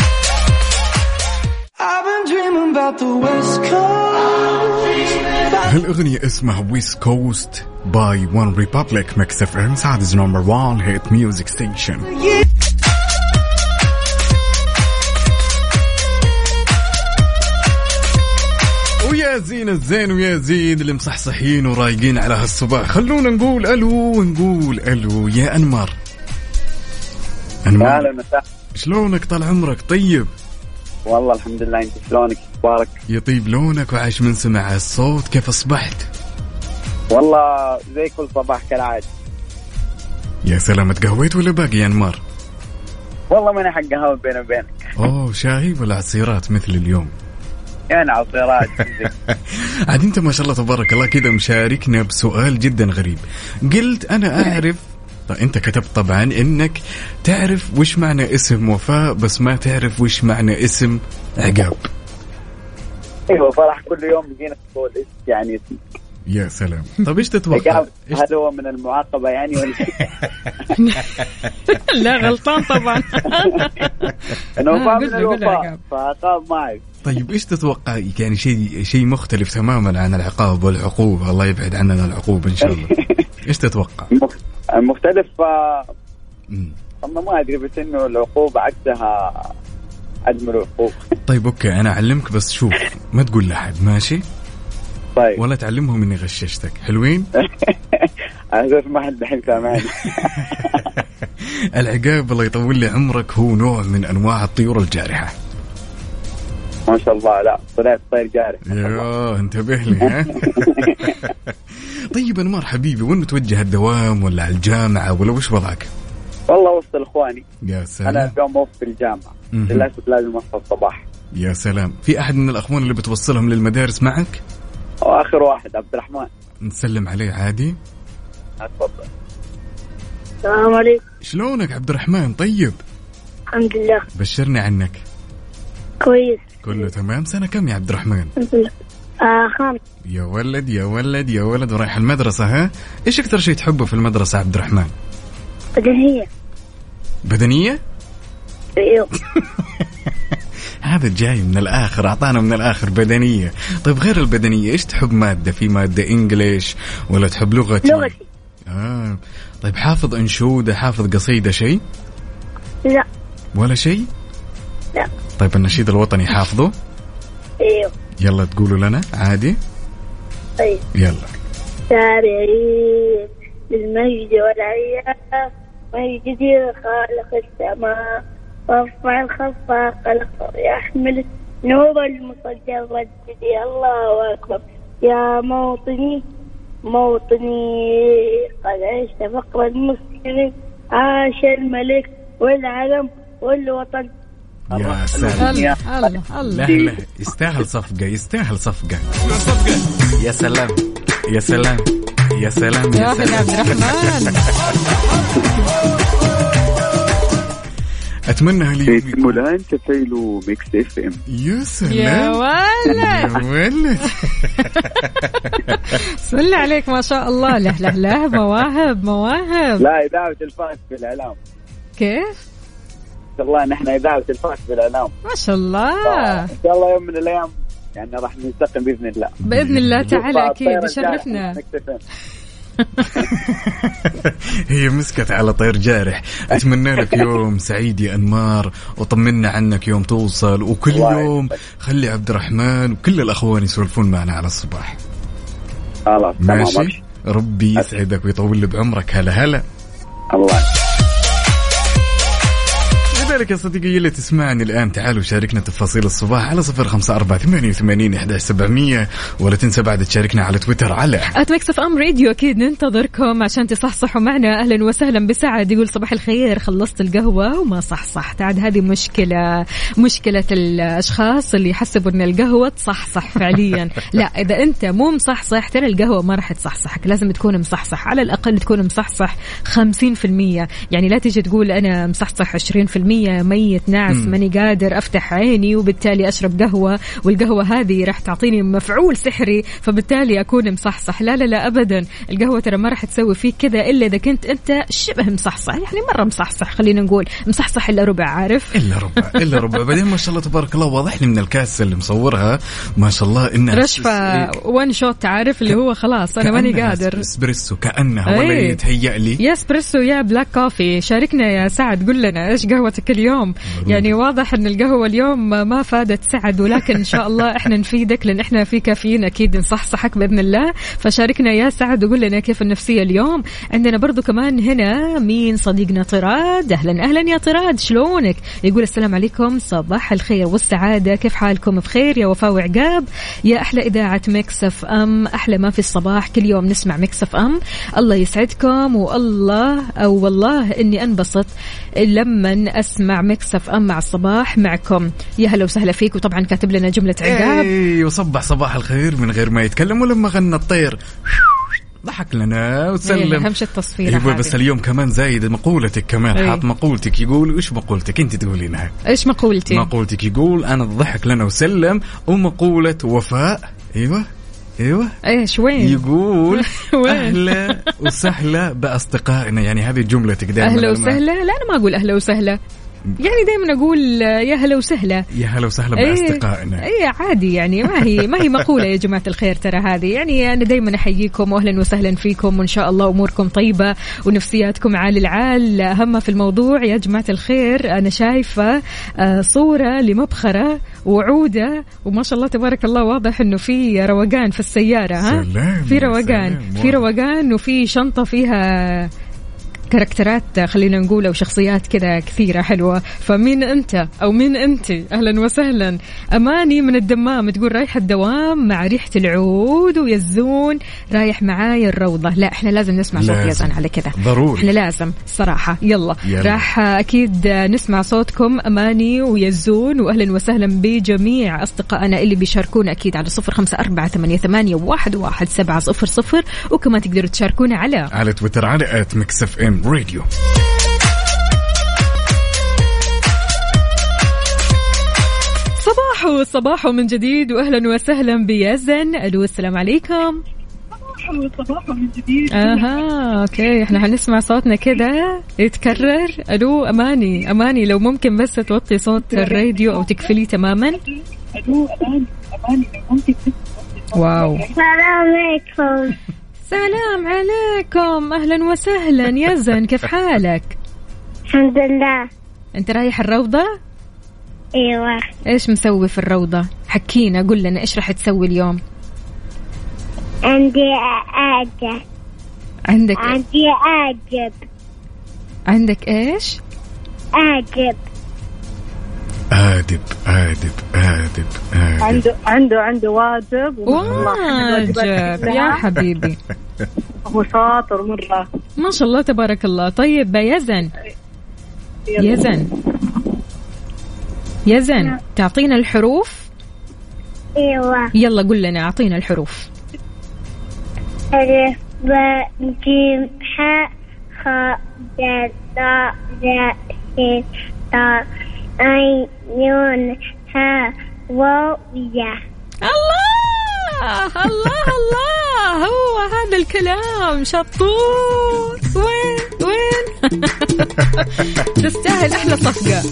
I've been dreaming about the West Coast, about هالأغنية اسمها West Coast by One Republic. Mix إف إم Saudi's number one hit music station. ويا زين الزين ويا زين اللي مصحصحين ورايقين على هالصباح. خلونا نقول ألو نقول ألو يا أنمار. أنمار شلونك طال عمرك؟ طيب والله الحمد لله. انت شلونك؟ بارك يطيب لونك وعاش من سمع الصوت. كيف أصبحت؟ والله زي كل صباح كالعادة. يا سلام. تقهويت ولا باقي يا أنمار؟ والله ماني حق قهوة بيني وبينك. أوه شاي ولا عصيرات مثل اليوم؟ يعني عصيرات. عاد انت ما شاء الله تبارك الله كذا مشاركنا بسؤال جدا غريب. قلت انا اعرف. طيب انت كتبت طبعا انك تعرف وش معنى اسم وفاء بس ما تعرف وش معنى اسم عقاب. ايوه فرح كل يوم بيجينا تقول يعني اسم. يا سلام. طب ايش تتوقع؟ هذا هو من المعاقبة يعني ولا لا غلطان طبعا. انه ما من الوفاء فعقاب معي. طيب ايش تتوقع؟ يعني شيء شيء مختلف تماما عن العقاب والعقوبة. الله يبعد عننا العقوبة ان شاء الله. ايش تتوقع؟ المختلف انا ما ادري بس انه العقوبة عكسها عدم العقوبة. طيب اوكي انا اعلمك بس شوف ما تقول لحد ماشي؟ طيب. ولا تعلمهم اني غششتك. حلوين؟ هذا ما حد الحين سامعني. العقاب الله يطول لي عمرك هو نوع من انواع الطيور الجارحة. ما شاء الله. لا طلعت طير جارح. يا انتبه لي ها. طيب أنمار حبيبي وين متوجه الدوام ولا على الجامعة ولا وش وضعك؟ والله وسط الإخواني. يا سلام. أنا اليوم موقف في الجامعة للأسف لازم أصحى الصباح. يا سلام. في أحد من الأخوان اللي بتوصلهم للمدارس معك؟ وآخر واحد عبد الرحمن. نسلم عليه عادي. أتفضل. السلام عليكم. شلونك عبد الرحمن؟ طيب الحمد لله. بشرني عنك. كويس كله تمام. سنة كم يا عبد الرحمن؟ الحمد لله. آه خامس. يا ولد يا ولد يا ولد ورايح المدرسة ها؟ إيش أكثر شيء تحبه في المدرسة عبد الرحمن؟ بدنية. بدنية؟ ايوه. هذا جاي من الآخر. أعطانا من الآخر بدنية. طيب غير البدنية إيش تحب مادة؟ في مادة إنجليش ولا تحب لغتي؟ لغتي. آه. طيب حافظ أنشودة حافظ قصيدة شيء؟ لا. ولا شيء؟ لا. طيب النشيد الوطني حافظه؟ ايوه. يلا تقولوا لنا عادي. طيب يلا. تابعين بالمجد والعياء مجد خالق السماء رفع الخفاق الأخضر يحمل نور المصدر رددي الله أكبر يا موطني موطني قد عشت فقر المسلمين عاش الملك والعلم والوطن. يا سلام. الله الله. لا لا يستاهل صفقة يستاهل صفقة. يا سلام يا سلام يا سلام يا أخي عبد الرحمن. أتمنى هاليوم مولان تفعيلوا ميكس اف ام. يا سلام يا ولد يا ولد. بسم الله عليك ما شاء الله. لا لا لا مواهب مواهب. لا إذاعة الفاس بالإعلام. كيف؟ إن شاء الله نحن إذاعة الفاس بالإعلام. ما شاء الله. إن شاء الله يوم من الأيام يعني راح نستقم بإذن الله. بإذن الله تعالى أكيد يشرفنا. هي مسكت على طير جارح. أتمنى لك يوم سعيد يا أنمار وطمنا عنك يوم توصل وكل يوم خلي عبد الرحمن وكل الأخوان يسولفون معنا على الصباح. خلاص ماشي. ربي يسعدك ويطول لي بعمرك. هلا هلا. الله. لذلك يا صديقي اللي تسمعني الآن تعالوا شاركنا تفاصيل الصباح على صفر خمسة أربعة ثمانية وثمانين إحدى عشر سبعمية ولا تنسى بعد تشاركنا على تويتر على آت ميكس إف إم راديو. أكيد ننتظركم عشان تصحصحوا معنا. أهلا وسهلا بسعد يقول صباح الخير خلصت القهوة وما صحصحت. عاد هذه مشكلة مشكلة الأشخاص اللي يحسبوا أن القهوة تصحصح فعليا. لا إذا أنت مو مصحصح ترى القهوة ما راح تصحصحك. لازم تكون مصحصح على الأقل تكون مصحصح خمسين في المية. يعني لا تيجي تقول أنا مصحصح عشرين في المية يومية ميت نعس ماني قادر أفتح عيني وبالتالي أشرب قهوة والقهوة هذه راح تعطيني مفعول سحري فبالتالي أكون مصحصح. لا لا لا أبدا، القهوة ترى ما راح تسوي فيك كذا إلا إذا كنت أنت شبه مصحصح، يعني مرة مصحصح، خلينا نقول مصحصح إلا ربع، عارف؟ إلا ربع إلا ربع. بعدين ما شاء الله تبارك الله واضح لي من الكاسة اللي مصورها ما شاء الله إنها رشفة وان شوت، تعرف اللي هو خلاص أنا ماني قادر. اسبريسو كأنها ولا يتهيأ لي. يا اسبريسو يا بلاك كوفي، شاركنا يا سعد، قل لنا إيش قهوتك اليوم؟ يعني واضح إن القهوة اليوم ما فادت سعد، ولكن إن شاء الله إحنا نفيدك لأن إحنا في كافيين أكيد نصحصحك بإذن الله. فشاركنا يا سعد وقول لنا كيف النفسية اليوم. عندنا برضو كمان هنا مين صديقنا طراد. أهلا أهلا يا طراد، شلونك؟ يقول السلام عليكم، صباح الخير والسعادة، كيف حالكم؟ بخير يا وفاء وعقاب. يا أحلى إذاعة ميكس اف ام، أحلى ما في الصباح، كل يوم نسمع ميكس اف ام. الله يسعدكم، والله أو والله إني أنبسط لما أسمع ميكس اف ام مع الصباح معكم. يا هلا وسهلا فيك. وطبعا كاتب لنا جملة عقاب اي وصبح صباح الخير من غير ما يتكلم، ولما غنى الطير ضحك لنا وسلم. همشة التصفير يبقى بس اليوم كمان زايد مقولتك كمان. أيه. حاط مقولتك. يقول ايش مقولتك انت تقولينها؟ ايش مقولتي؟ مقولتك يقول انا ضحك لنا وسلم. ومقولة وفاء ايوه ايوه ايش وين يقول اهلا وسهلا باصدقائنا، يعني هذه جملتك دائما. اهلا وسهلا؟ لا انا ما اقول اهلا وسهلا، يعني دائما أقول يا هلا وسهلا. يا هلا وسهلا بأصدقائنا. إيه عادي، يعني ما هي ما هي مقولة يا جماعة الخير، ترى هذه يعني أنا دائما أحييكم وأهلا وسهلا فيكم، وإن شاء الله أموركم طيبة ونفسياتكم عال العال. أهم في الموضوع يا جماعة الخير أنا شايفة صورة لمبخرة وعودة، وما شاء الله تبارك الله واضح إنه في روقان في السيارة. ها في روقان في روقان وفي شنطة فيها كاركترات خلينا نقول أو شخصيات كذا كثيرة حلوة. فمين أنت أو مين أنت؟ أهلا وسهلا. أماني من الدمام تقول رايح الدوام مع ريحة العود ويزون رايح معاي الروضة. لا إحنا لازم نسمع صوت يزن على كذا ضروري، إحنا لازم الصراحة. يلا, يلا. راح أكيد نسمع صوتكم أماني ويزون، وأهلا وسهلا بجميع أصدقائنا اللي بيشاركونا أكيد على صفر خمسة أربعة ثمانية ثمانية واحد واحد سبعة صفر صفر، وكمان تقدروا تشاركونا على على تويتر على آت ميكس اف ام راديو. صباحو صباحو من جديد، واهلا وسهلا بيزن. الو السلام عليكم. صباحو صباحو من جديد. اها اوكي، احنا هنسمع صوتنا كده يتكرر. الو اماني، اماني لو ممكن بس توطي صوت الراديو او تقفليه تماما. الو اماني، اماني لو ممكن. واو. السلام عليكم. السلام عليكم، أهلا وسهلا يزن، كيف حالك؟ الحمد لله. أنت رايح الروضة؟ أيوة. إيش مسوي في الروضة؟ حكينا، قل لنا إيش راح تسوي اليوم؟ عندي أعجب. عندك عندي أعجب. عندك إيش؟ أعجب. آدب آدب آدب آدب. عنده عنده عنده واجب. واجب يا حبيبي. هو شاطر مرة ما شاء الله تبارك الله. طيب يزن، يزن يزن تعطينا الحروف. أيوة. يلا قل لنا، أعطينا الحروف. ألف باء جيم حاء خاء دال ضاء ذاء سين طاء عين نون ها واو يا. الله الله الله، هو هذا الكلام شطور. وين وين تستاهل أحلى صفقة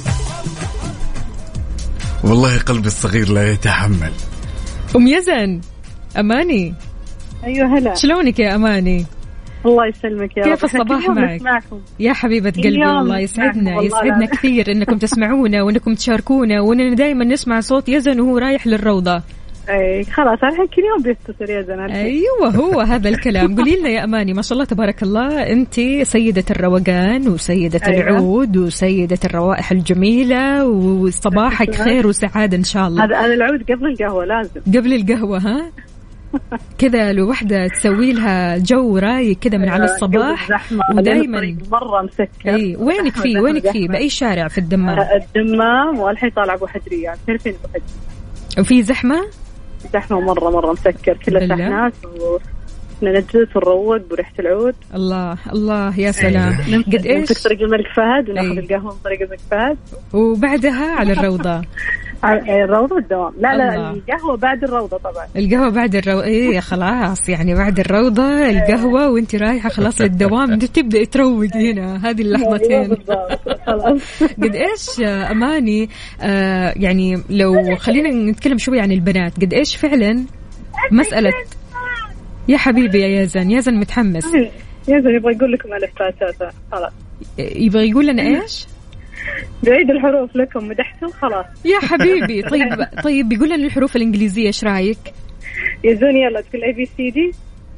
والله. قلبي الصغير لا يتحمل. أم يزن، أماني. أيوة هلا، شلونك يا أماني؟ الله يسلمك يا كيف الصباح معك يا حبيبة قلبي؟ والله يسعدنا والله يسعدنا كثير إنكم تسمعونا وإنكم تشاركونا، وإننا دائما نسمع صوت يزن وهو رايح للروضة. اي خلاص الحين كل يوم بيتصل يا زين. ايوه هو هذا الكلام. قولي لنا يا اماني، ما شاء الله تبارك الله، انت سيده الروقان وسيده أيوة. العود وسيده الروائح الجميله، وصباحك خير وسعاده ان شاء الله. هذا هذا العود قبل القهوه لازم. قبل القهوه ها كذا لو وحده تسوي لها جو رايق كذا من على الصباح. ودائما مره مسكر. اي وينك فيه وينك فيه باي شارع في الدمام؟ الدمام، والحين طالع ابو حجري، يعني تعرفين ابو حجري. وفي زحمه؟ زحمة مرة مرة مسكر، كلها شحنات و... نجلس ونروق بريحة العود. الله الله يا سلام. قد إيش؟ نمسك طريق الملك فهد وناخذ القهوة من طريق الملك فهد. وبعدها على الروضة. الروضة والدوام. لا لا الله. القهوة بعد الروضة طبعا. القهوة بعد الروضة. إيه خلاص يعني بعد الروضة القهوة وانت رايحة خلاص للدوام تبدأ تروق هنا هذه اللحظتين. قد إيش أماني آه يعني لو خلينا نتكلم شوي عن البنات قد إيش فعلا مسألة يا حبيبي يا يازن. يازن متحمس. يازن يبغى يقول لكم الإحساسات خلاص. يبغى يقول لنا إيش؟ بعيد الحروف لكم مدحتم خلاص يا حبيبي. طيب طيب بيقول لنا الحروف الإنجليزية إيش رأيك؟ يا زوني يلا تقول أي بي سي دي.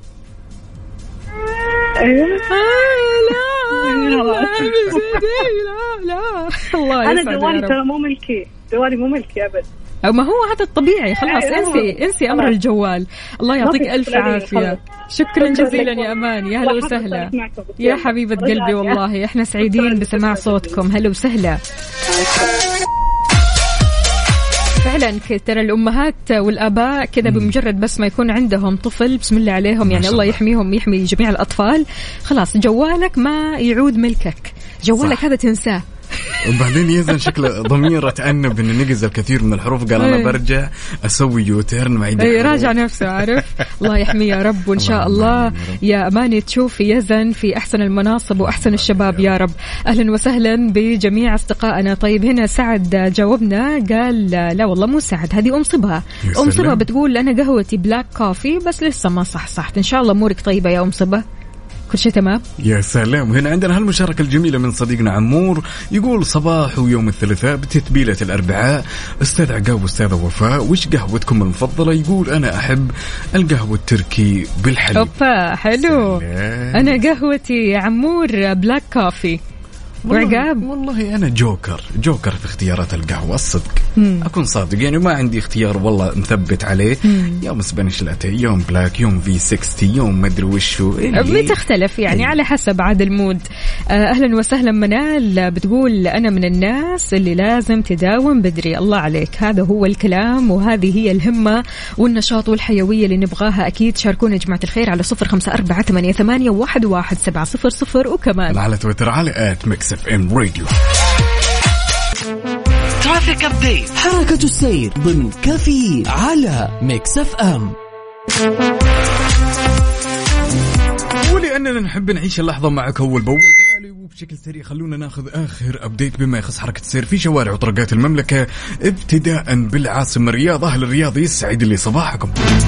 أيوة. لا لا لا لا الله. أنا جوالي ترى مو ملكي. جوالي مو ملكي أبد. أو ما هو هذا الطبيعي خلاص. انسي انسي أمر الجوال. الله يعطيك ألف عافية. شكرا جزيلا يا أمان. يا هلا وسهلا يا حبيبة قلبي. والله إحنا سعيدين بسماع صوتكم. هلا وسهلا. فعلا ترى الأمهات والآباء كذا بمجرد بس ما يكون عندهم طفل بسم الله عليهم يعني الله يحميهم يحمي جميع الأطفال. خلاص جوالك ما يعود ملكك. جوالك صح. هذا تنساه. وبعدين يزن شكله ضميره تأنب إنه نقز الكثير من الحروف قال أنا برجع أسوي يوتيرن معي. أي راجع نفسه عارف. الله يحميه يا رب. وإن شاء الله يا أماني تشوفي يزن في أحسن المناصب وأحسن الشباب يا رب. أهلا وسهلا بجميع أصدقائنا. طيب هنا سعد جاوبنا قال لا والله مو سعد هذه أم صبها. أم صبها بتقول أنا قهوتي بلاك كوفي بس لسه ما صح صحت. إن شاء الله أمورك طيبة يا أم صبها كل شيء تمام. يا سلام. هنا عندنا هالمشاركة الجميلة من صديقنا عمور يقول صباح ويوم الثلاثاء بتتبيلة الأربعاء أستاذ عقاب وأستاذة وفاء وش قهوتكم المفضلة؟ يقول أنا أحب القهوة التركي بالحليب. أوبا حلو. سلام. أنا قهوتي عمور بلاك كوفي. والله, والله أنا جوكر جوكر في اختيارات القهوة الصدق. مم. أكون صادق يعني ما عندي اختيار والله مثبت عليه. مم. يوم سبانيش لاتيه يوم بلاك يوم في ستين يوم ما أدري وشو بتختلف يعني على حسب عاد المود. أهلا وسهلا منال بتقول أنا من الناس اللي لازم تداوم بدري. الله عليك هذا هو الكلام وهذه هي الهمة والنشاط والحيوية اللي نبغاها. أكيد شاركونا جماعة الخير على صفر خمسة أربعة ثمانية ثمانية واحد واحد سبعة صفر صفر وكمان على تويتر على آت ميكس اف ام راديو. ترافيك ابديت حركة السير ضمن كفي على ميكس اف ام. ولأننا نحب نعيش اللحظة معك أول بأول تعالي وبشكل سريع خلونا ناخذ آخر أبديت بما يخص حركة السير في شوارع وطرقات المملكة ابتداء بالعاصمة الرياض. أهل الرياض يسعد لي صباحكم.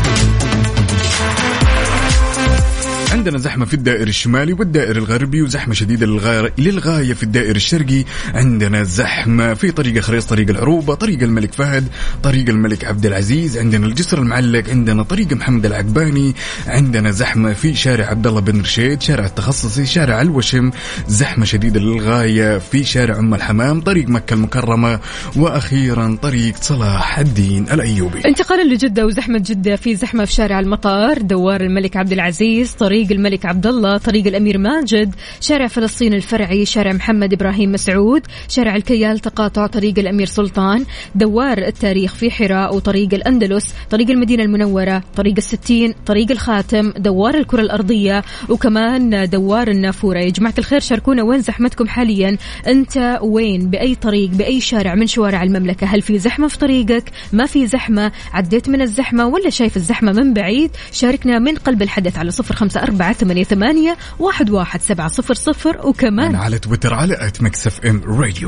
عندنا زحمة في الدائر الشمالي والدائر الغربي وزحمة شديدة للغاية في الدائر الشرقي. عندنا زحمة في طريق خريص طريق العروبة طريق الملك فهد طريق الملك عبد العزيز. عندنا الجسر المعلق عندنا طريق محمد العقباني. عندنا زحمة في شارع عبد الله بن رشيد شارع التخصصي شارع الوشم. زحمة شديدة للغاية في شارع أم الحمام طريق مكة المكرمة. وأخيرا طريق صلاح الدين الأيوبي. انتقالا لجدة وزحمة جدة في زحمة في شارع المطار دوار الملك عبد العزيز طريق الملك عبد الله طريق الأمير ماجد شارع فلسطين الفرعي شارع محمد إبراهيم مسعود شارع الكيال تقاطع طريق الأمير سلطان دوار التاريخ في حراء وطريق الأندلس طريق المدينة المنورة طريق الستين طريق الخاتم دوار الكرة الأرضية وكمان دوار النافورة. يا جماعة الخير شاركونا وين زحمتكم حاليا. أنت وين بأي طريق بأي شارع من شوارع المملكة؟ هل في زحمة في طريقك؟ ما في زحمة؟ عديت من الزحمة ولا شايف الزحمة من بعيد؟ شاركنا من قلب الحدث على صفر خمسة أربعة ثمانية ثمانية واحد واحد سبعة صفر صفر وكمان على تويتر على آت ميكس اف ام راديو.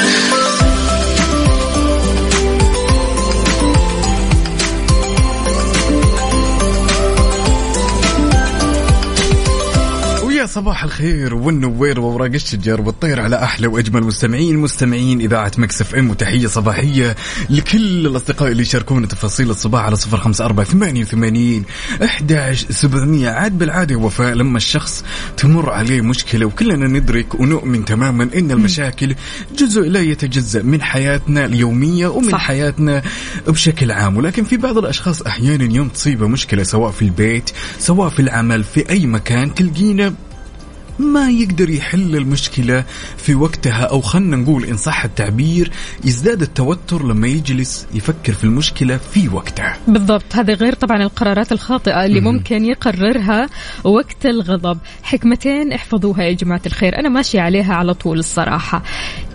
صباح الخير والنوير ووراق الشجر والطير على أحلى وأجمل مستمعين مستمعين إذاعة ميكس اف ام. وتحية صباحية لكل الأصدقاء اللي يشاركون تفاصيل الصباح على صفر خمسة أربعة ثمانية وثمانين أحد عشر سبعمية. عاد بالعادة وفاء لما الشخص تمر عليه مشكلة وكلنا ندرك ونؤمن تماما إن المشاكل جزء لا يتجزأ من حياتنا اليومية ومن صح. حياتنا بشكل عام. ولكن في بعض الأشخاص أحيانا يوم تصيبه مشكلة سواء في البيت سواء في العمل في أي مكان تلقينا ما يقدر يحل المشكلة في وقتها، أو خلنا نقول إن صح التعبير يزداد التوتر لما يجلس يفكر في المشكلة في وقتها. بالضبط، هذا غير طبعا القرارات الخاطئة اللي مم. ممكن يقررها وقت الغضب. حكمتين احفظوها يا جماعة الخير، أنا ماشي عليها على طول الصراحة.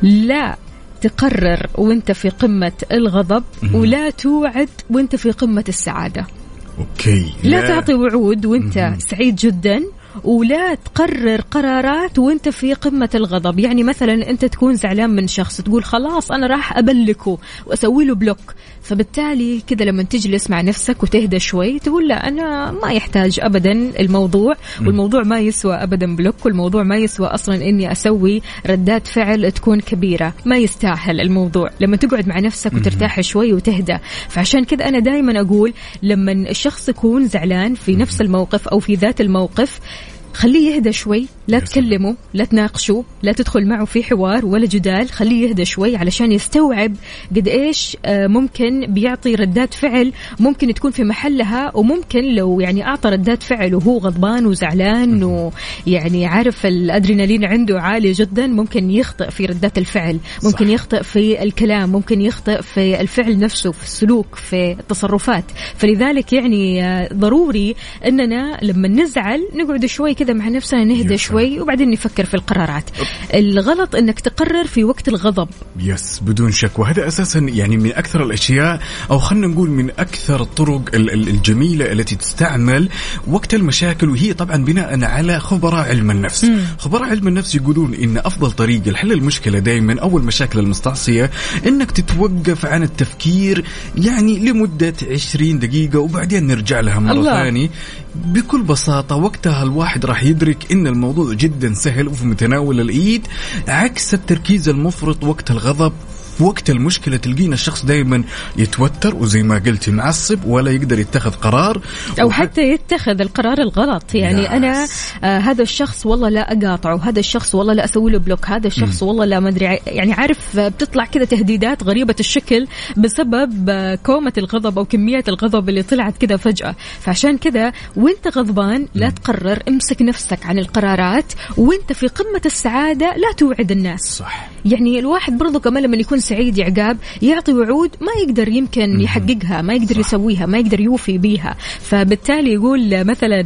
لا تقرر وانت في قمة الغضب، مم. ولا توعد وانت في قمة السعادة. أوكي. لا, لا تعطي وعود وانت مم. سعيد جدا، ولا تقرر قرارات وانت في قمة الغضب. يعني مثلا انت تكون زعلان من شخص تقول خلاص انا راح ابلكه واسوي له بلوك، فبالتالي كذا لما تجلس مع نفسك وتهدى شوي تقول لا أنا ما يحتاج أبدا الموضوع، والموضوع ما يسوى أبدا بلوك، والموضوع ما يسوى أصلا إني أسوي ردات فعل تكون كبيرة، ما يستاهل الموضوع لما تقعد مع نفسك وترتاح شوي وتهدى. فعشان كذا أنا دائما أقول لما الشخص يكون زعلان في نفس الموقف أو في ذات الموقف خليه يهدى شوي، لا تكلمه، لا تناقشه، لا تدخل معه في حوار ولا جدال، خليه يهدى شوي علشان يستوعب قد إيش ممكن بيعطي ردات فعل ممكن تكون في محلها، وممكن لو يعني أعطى ردات فعل وهو غضبان وزعلان ويعني عارف الأدرينالين عنده عالي جدا، ممكن يخطئ في ردات الفعل، ممكن صح. يخطئ في الكلام، ممكن يخطئ في الفعل نفسه، في السلوك، في التصرفات. فلذلك يعني ضروري أننا لما نزعل نقعد شوي كذا مع نفسنا نهدى شوي وبعدين نفكر في القرارات. الغلط انك تقرر في وقت الغضب. يس بدون شك، وهذا اساسا يعني من اكثر الاشياء او خلينا نقول من اكثر الطرق الجميله التي تستعمل وقت المشاكل، وهي طبعا بناء على خبراء علم النفس. مم. خبراء علم النفس يقولون ان افضل طريقه لحل المشكله دائما او المشاكل المستعصيه انك تتوقف عن التفكير يعني لمده عشرين دقيقه وبعدين نرجع لها مره ثانيه. بكل بساطه وقتها الواحد راح يدرك ان الموضوع جدا سهل وفي متناول الايد، عكس التركيز المفرط وقت الغضب. وقت المشكلة تلقينا الشخص دايما يتوتر وزي ما قلت معصب ولا يقدر يتخذ قرار أو حتى يتخذ القرار الغلط. يعني ياس. أنا آه هذا الشخص والله لا أقاطعه، هذا الشخص والله لا أسوي له بلوك، هذا الشخص م. والله لا ما أدري، يعني عارف بتطلع كذا تهديدات غريبة الشكل بسبب آه كومة الغضب أو كمية الغضب اللي طلعت كذا فجأة. فعشان كذا وانت غضبان لا تقرر، امسك نفسك عن القرارات، وانت في قمة السعادة لا توعد الناس. صح. يعني الواحد برضو كمان لما يكون سعيد يا عقاب يعطي وعود ما يقدر يمكن يحققها، ما يقدر يسويها، ما يقدر يوفي بيها. فبالتالي يقول مثلا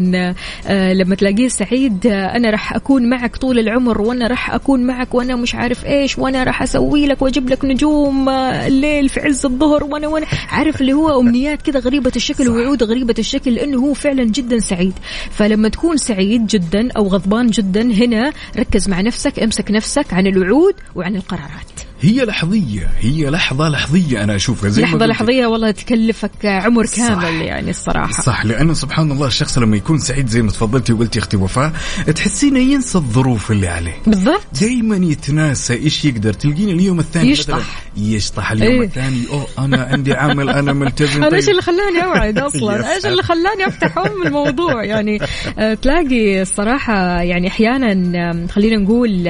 لما تلاقيه سعيد أنا رح أكون معك طول العمر، وأنا رح أكون معك، وأنا مش عارف إيش، وأنا رح أسوي لك وأجيب لك نجوم الليل في عز الظهر، وأنا وأنا عارف اللي هو أمنيات كذا غريبة الشكل ووعود غريبة الشكل، لأنه هو فعلا جدا سعيد. فلما تكون سعيد جدا أو غضبان جدا هنا ركز مع نفسك، امسك نفسك عن الوعود وعن القرارات. هي لحظية، هي لحظة لحظية أنا أشوفها زي لحظة لحظية والله تكلفك عمر كامل. صح. يعني الصراحة صح، لأنه سبحان الله الشخص لما يكون سعيد زي ما تفضلتي وقلتي أختي وفاء تحسينه ينسى الظروف اللي عليه. بالضبط، دايما يتناسى إيش يقدر. تلقيني اليوم الثاني يشطح يشطح اليوم إيه؟ الثاني أوه أنا عندي عمل أنا ملتزم. أنا إيش اللي خلاني أوعد أصلا؟ إيش اللي خلاني أفتح أم الموضوع؟ يعني أه تلاقي الصراحة يعني أحيانا خلينا نقول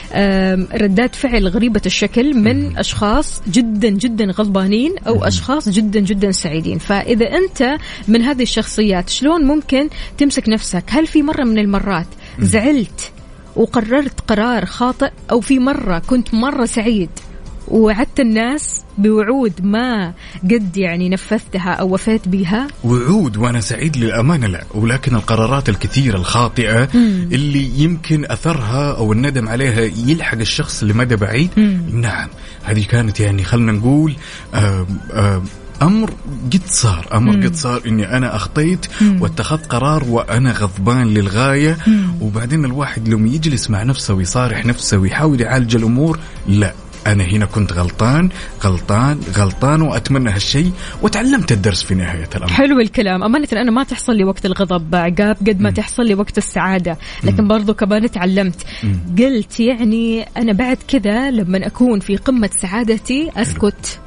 أه ردات فعل غريبة الشكل من أشخاص جدا جدا غضبانين أو أشخاص جدا جدا سعيدين. فإذا أنت من هذه الشخصيات شلون ممكن تمسك نفسك؟ هل في مرة من المرات زعلت وقررت قرار خاطئ، أو في مرة كنت مرة سعيد ووعدت الناس بوعود ما قد يعني نفذتها أو وفيت بها؟ وعود وأنا سعيد للأمانة لا، ولكن القرارات الكثيرة الخاطئة مم. اللي يمكن أثرها أو الندم عليها يلحق الشخص لمدى بعيد، مم. نعم هذه كانت يعني خلنا نقول آم آم أمر قد صار، أمر مم. قد صار إني أنا أخطيت مم. واتخذت قرار وأنا غضبان للغاية. مم. وبعدين الواحد لما يجلس مع نفسه ويصارح نفسه ويحاول يعالج الأمور، لا أنا هنا كنت غلطان غلطان غلطان وأتمنى هالشيء وتعلمت الدرس في نهاية الأمر. حلو الكلام. أمانة أنا ما تحصل لي وقت الغضب عقاب قد ما م. تحصل لي وقت السعادة، لكن م. برضو كمان تعلمت م. قلت يعني أنا بعد كذا لما أكون في قمة سعادتي أسكت.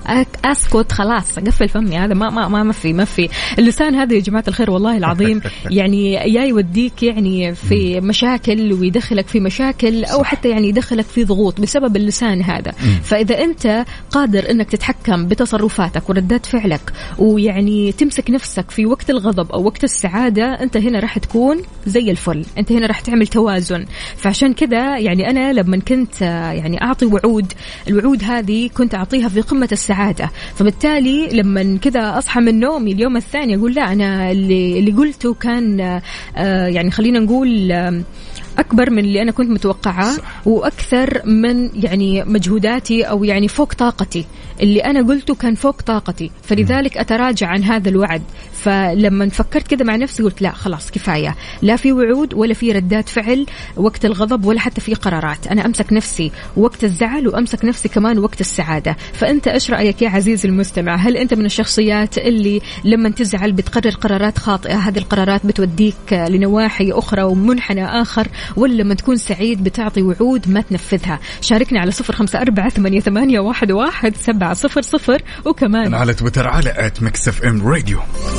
أسكت خلاص أقفل فمي. هذا ما ما ما, ما في ما في اللسان هذا يا جماعة الخير والله العظيم يعني يا يوديك يعني في مشاكل ويدخلك في مشاكل أو حتى يعني يدخلك في ضغوط بسبب اللسان هذا. فإذا أنت قادر أنك تتحكم بتصرفاتك وردات فعلك ويعني تمسك نفسك في وقت الغضب أو وقت السعادة، أنت هنا راح تكون زي الفل، أنت هنا راح تعمل توازن. فعشان كذا يعني أنا لما كنت يعني أعطي وعود، الوعود هذه كنت أعطيها في قمة السعادة، فبالتالي لما كذا أصحى من نومي اليوم الثاني أقول لا أنا اللي, اللي قلته كان يعني خلينا نقول أكبر من اللي أنا كنت متوقعة وأكثر من يعني مجهوداتي أو يعني فوق طاقتي، اللي أنا قلته كان فوق طاقتي، فلذلك أتراجع عن هذا الوعد. فلما فكرت كده مع نفسي قلت لا خلاص كفاية، لا في وعود ولا في ردات فعل وقت الغضب ولا حتى في قرارات. أنا أمسك نفسي وقت الزعل وأمسك نفسي كمان وقت السعادة. فأنت إيش رأيك يا عزيزي المستمع؟ هل أنت من الشخصيات اللي لما تزعل بتقرر قرارات خاطئة، هذه القرارات بتوديك لنواحي أخرى ومنحنى آخر، ولا لما تكون سعيد بتعطي وعود ما تنفذها؟ شاركنا على صفر خمسة أربعة ثمانية ثمانية واحد واحد سبعة صفر صفر وكمان على تويتر على آت ميكس إف إم راديو.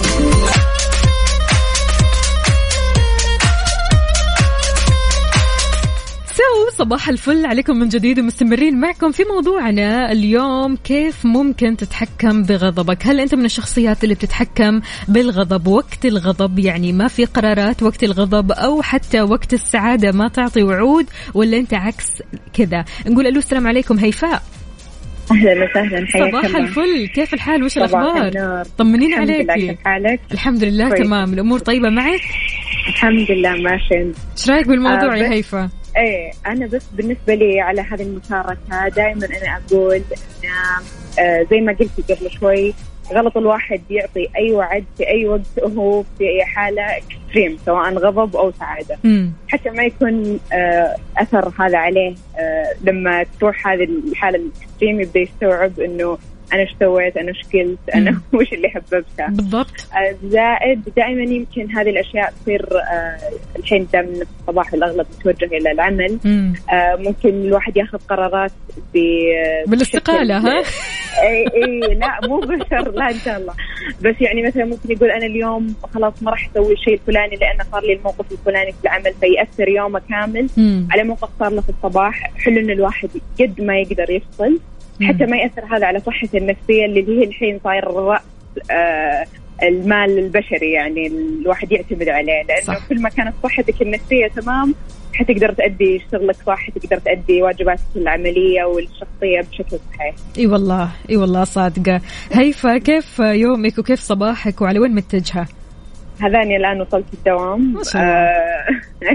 صباح الفل عليكم من جديد ومستمرين معكم في موضوعنا اليوم، كيف ممكن تتحكم بغضبك؟ هل أنت من الشخصيات اللي بتتحكم بالغضب وقت الغضب، يعني ما في قرارات وقت الغضب أو حتى وقت السعادة ما تعطي وعود، ولا أنت عكس كذا؟ نقول ألو السلام عليكم هيفاء. أهلا وسهلا، صباح الله. الفل، كيف الحال وش الأخبار؟ طمنين عليك. الحمد لله كويس. تمام، الأمور طيبة معك؟ الحمد لله ماشي. ايش رايك بالموضوع آه يا هيفا؟ ايه انا بس بالنسبه لي على هذه المشاركه دائما انا اقول ان آه زي ما قلت قبل شوي، غلط الواحد يعطي اي وعد في اي وقت وهو في اي حاله اكستريم سواء غضب او سعاده، مم. حتى ما يكون آه اثر هذا عليه. آه لما تروح هذه الحاله الاكستريم يبدا يستوعب انه أنا إيش سويت، أنا إيش قلت، أنا وش اللي حببته بالضبط. زائد دائما يمكن هذه الأشياء تصير آه الحين دائما في الصباح الأغلب متوجه إلى العمل، آه ممكن الواحد ياخذ قرارات بالاستقالة. ها أي أي لا مو بشر، لا إن شاء الله، بس يعني مثلا ممكن يقول أنا اليوم خلاص ما راح أسوي الشيء الفلاني لأنه صار لي الموقف الفلاني في العمل، فيأثر يومه كامل مم. على موقف صار له في الصباح. حلو إن الواحد قد ما يقدر يفصل حتى ما يأثر هذا على صحته النفسية اللي هي الحين صاير رأس آه المال البشري، يعني الواحد يعتمد عليه، لأنه صح. كل ما كانت صحتك النفسية تمام حتقدر تأدي شغلك صح، تقدر تأدي واجباتك العملية والشخصية بشكل صحيح. اي والله اي والله صادقة. هيفا كيف يومك وكيف صباحك وعلى وين متجهة؟ هذاني الآن وصلت الدوام. آه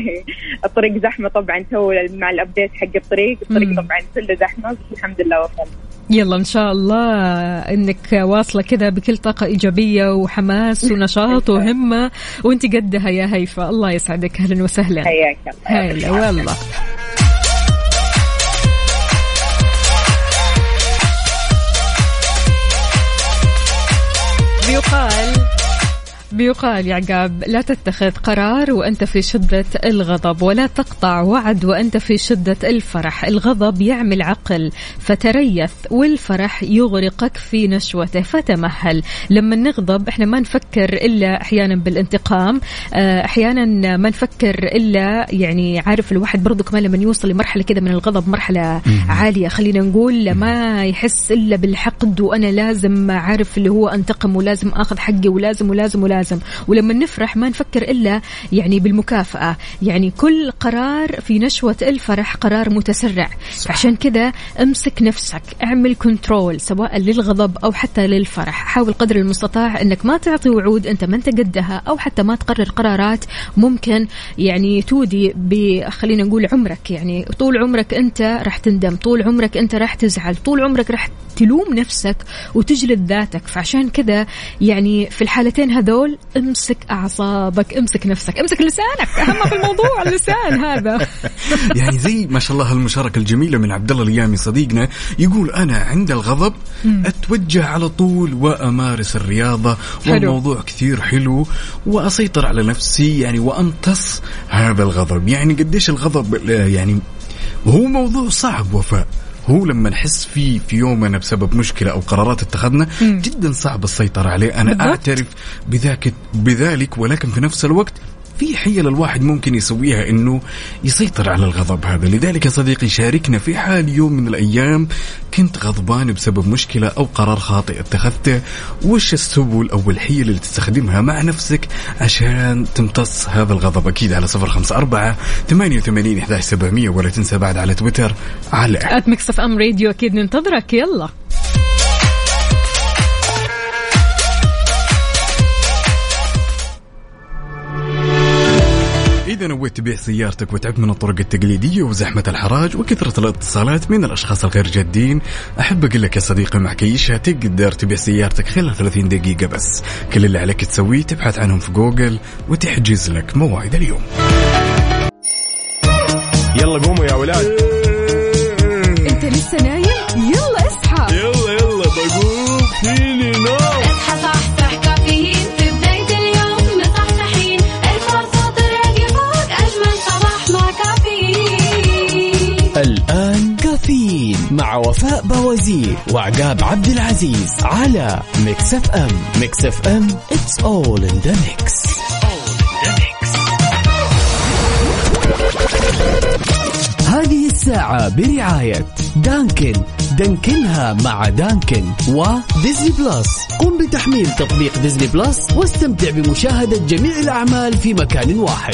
الطريق زحمة طبعا، تو مع الأبديت حق الطريق الطريق مم. طبعا كله زحمة، بس الحمد لله وصلت. يلا إن شاء الله إنك واصلة كذا بكل طاقة إيجابية وحماس ونشاط وهمة وإنت قدها يا هيفا. الله يسعدك، أهلا وسهلا. حياك الله. هلا والله. بيقال بيقال يا عقاب لا تتخذ قرار وأنت في شدة الغضب، ولا تقطع وعد وأنت في شدة الفرح. الغضب يعمل عقل فتريث، والفرح يغرقك في نشوته فتمهل. لما نغضب احنا ما نفكر إلا أحيانا بالانتقام، أحيانا ما نفكر إلا يعني عارف الواحد برضو كمان لما يوصل لمرحلة كده من الغضب، مرحلة عالية خلينا نقول، ما يحس إلا بالحقد وأنا لازم عارف اللي هو أنتقم ولازم أخذ حقي ولازم ولازم ولازم. ولما نفرح ما نفكر إلا يعني بالمكافأة، يعني كل قرار في نشوة الفرح قرار متسرع. عشان كذا امسك نفسك، اعمل كنترول سواء للغضب أو حتى للفرح. حاول قدر المستطاع أنك ما تعطي وعود أنت ما انت قدها، أو حتى ما تقرر قرارات ممكن يعني تودي بخلينا نقول عمرك، يعني طول عمرك أنت راح تندم، طول عمرك أنت راح تزعل، طول عمرك راح تلوم نفسك وتجلد ذاتك. فعشان كذا يعني في الحالتين هذول امسك أعصابك، امسك نفسك، امسك لسانك، أهم في الموضوع اللسان هذا. يعني زي ما شاء الله المشاركة الجميلة من عبد الله اليامي صديقنا، يقول أنا عند الغضب أتوجه على طول وأمارس الرياضة، والموضوع كثير حلو، وأسيطر على نفسي يعني وأمتص هذا الغضب. يعني قديش الغضب يعني هو موضوع صعب وفاء، هو لما نحس فيه في يومنا بسبب مشكلة أو قرارات اتخذنا م. جدا صعب السيطرة عليه. أنا بالضبط. أعترف بذاك بذلك، ولكن في نفس الوقت في حيل الواحد ممكن يسويها إنه يسيطر على الغضب هذا. لذلك يا صديقي شاركنا في حال يوم من الأيام كنت غضبان بسبب مشكلة أو قرار خاطئ اتخذته، وش السبل أو الحيل اللي تستخدمها مع نفسك عشان تمتص هذا الغضب. أكيد على صفر خمسة أربعة ثمانية وثمانين إحدى عشر سبعمية، ولا تنسى بعد على تويتر على آت ميكس إف إم راديو. أكيد ننتظرك. يلا إذا نويت تبيع سيارتك وتعب من الطرق التقليدية وزحمة الحراج وكثرة الاتصالات من الأشخاص الغير جادين، أحب أقول لك يا صديقي مع كيشها تقدر تبيع سيارتك خلال ثلاثين دقيقة بس. كل اللي عليك تسويه تبحث عنهم في جوجل وتحجز لك موعد اليوم. يلا قوموا يا ولاد. أنت لسه نايم؟ يلا اصحى. يلا يلا بقوم فيني نوم. اصحى صحصح كافيين في بداية اليوم مصحصحين، الفرصة تراقي فوق أجمل صباح مع كافيين. الآن كافيين مع وفاء بوازير وعقاب عبد العزيز على ميكس إف إم. ميكس إف إم it's all in the mix. هذه الساعة برعاية دانكن، دانكنها مع دانكن، وديزني بلس. قم بتحميل تطبيق ديزني بلس واستمتع بمشاهدة جميع الأعمال في مكان واحد.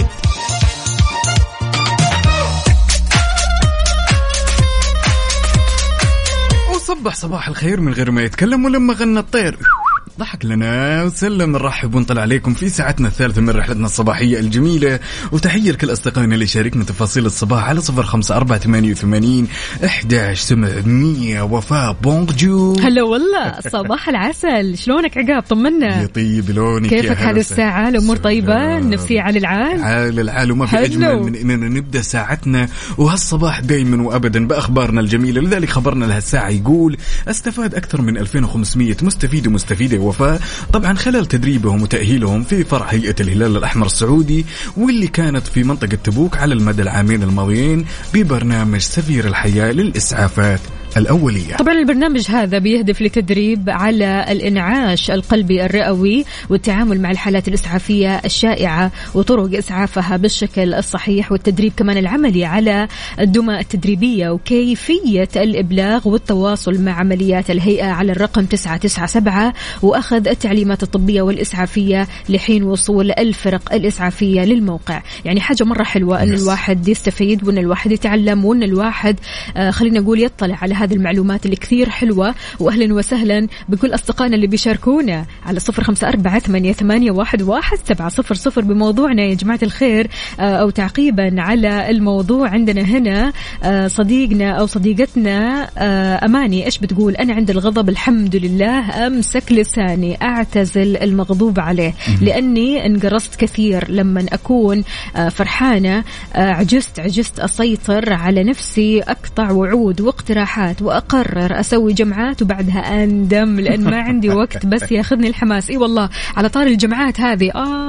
وصبح صباح الخير من غير ما يتكلم، ولما غنى الطير ضحك لنا وسلم. نرحب ونطلع عليكم في ساعتنا الثالثة من رحلتنا الصباحية الجميلة، وتحية لكل أصدقائنا اللي شاركنا تفاصيل الصباح على صفر خمسة أربعة ثمانية وثمانين إحدى عشر سبعمية. وفاء بونجو. هلا والله صباح العسل. شلونك عقاب؟ طمنا. يا طيب لونك. كيفك هذه الساعة؟ الأمور طيبة؟ النفسية على العال؟ على العال. وما في أجمل من إننا نبدأ ساعتنا وهالصباح دايما وأبدا بأخبارنا الجميلة. لذلك خبرنا لهالساعة يقول استفاد أكثر من ألفين وخمسمية مستفيد ومستفيدة وفاء طبعا خلال تدريبهم وتأهيلهم في فرع هيئة الهلال الأحمر السعودي، واللي كانت في منطقة تبوك على المدى العامين الماضيين ببرنامج سفير الحياة للإسعافات الأولية. طبعا البرنامج هذا بيهدف لتدريب على الإنعاش القلبي الرئوي والتعامل مع الحالات الإسعافية الشائعة وطرق إسعافها بالشكل الصحيح، والتدريب كمان العملي على الدمى التدريبية وكيفية الإبلاغ والتواصل مع عمليات الهيئة على الرقم تسعة تسعة سبعة، وأخذ التعليمات الطبية والإسعافية لحين وصول الفرق الإسعافية للموقع. يعني حاجة مرة حلوة أن الواحد يستفيد وأن الواحد يتعلم وأن الواحد آه خلينا نقول يطلع على هذه المعلومات اللي كثير حلوة. وأهلا وسهلا بكل أصدقائنا اللي بيشاركونا على صفر خمسة أربعة ثمانية ثمانية واحد واحد سبعة صفر صفر بموضوعنا يا جماعة الخير. أو تعقيبا على الموضوع عندنا هنا صديقنا أو صديقتنا أماني إيش بتقول؟ أنا عند الغضب الحمد لله أمسك لساني، أعتزل المغضوب عليه لأني انقرصت كثير لما أكون فرحانة، عجزت عجزت أسيطر على نفسي، أقطع وعود واقتراحات وأقرر أسوي جمعات وبعدها أندم لأن ما عندي وقت بس ياخذني الحماس. إي والله على طار الجمعات هذه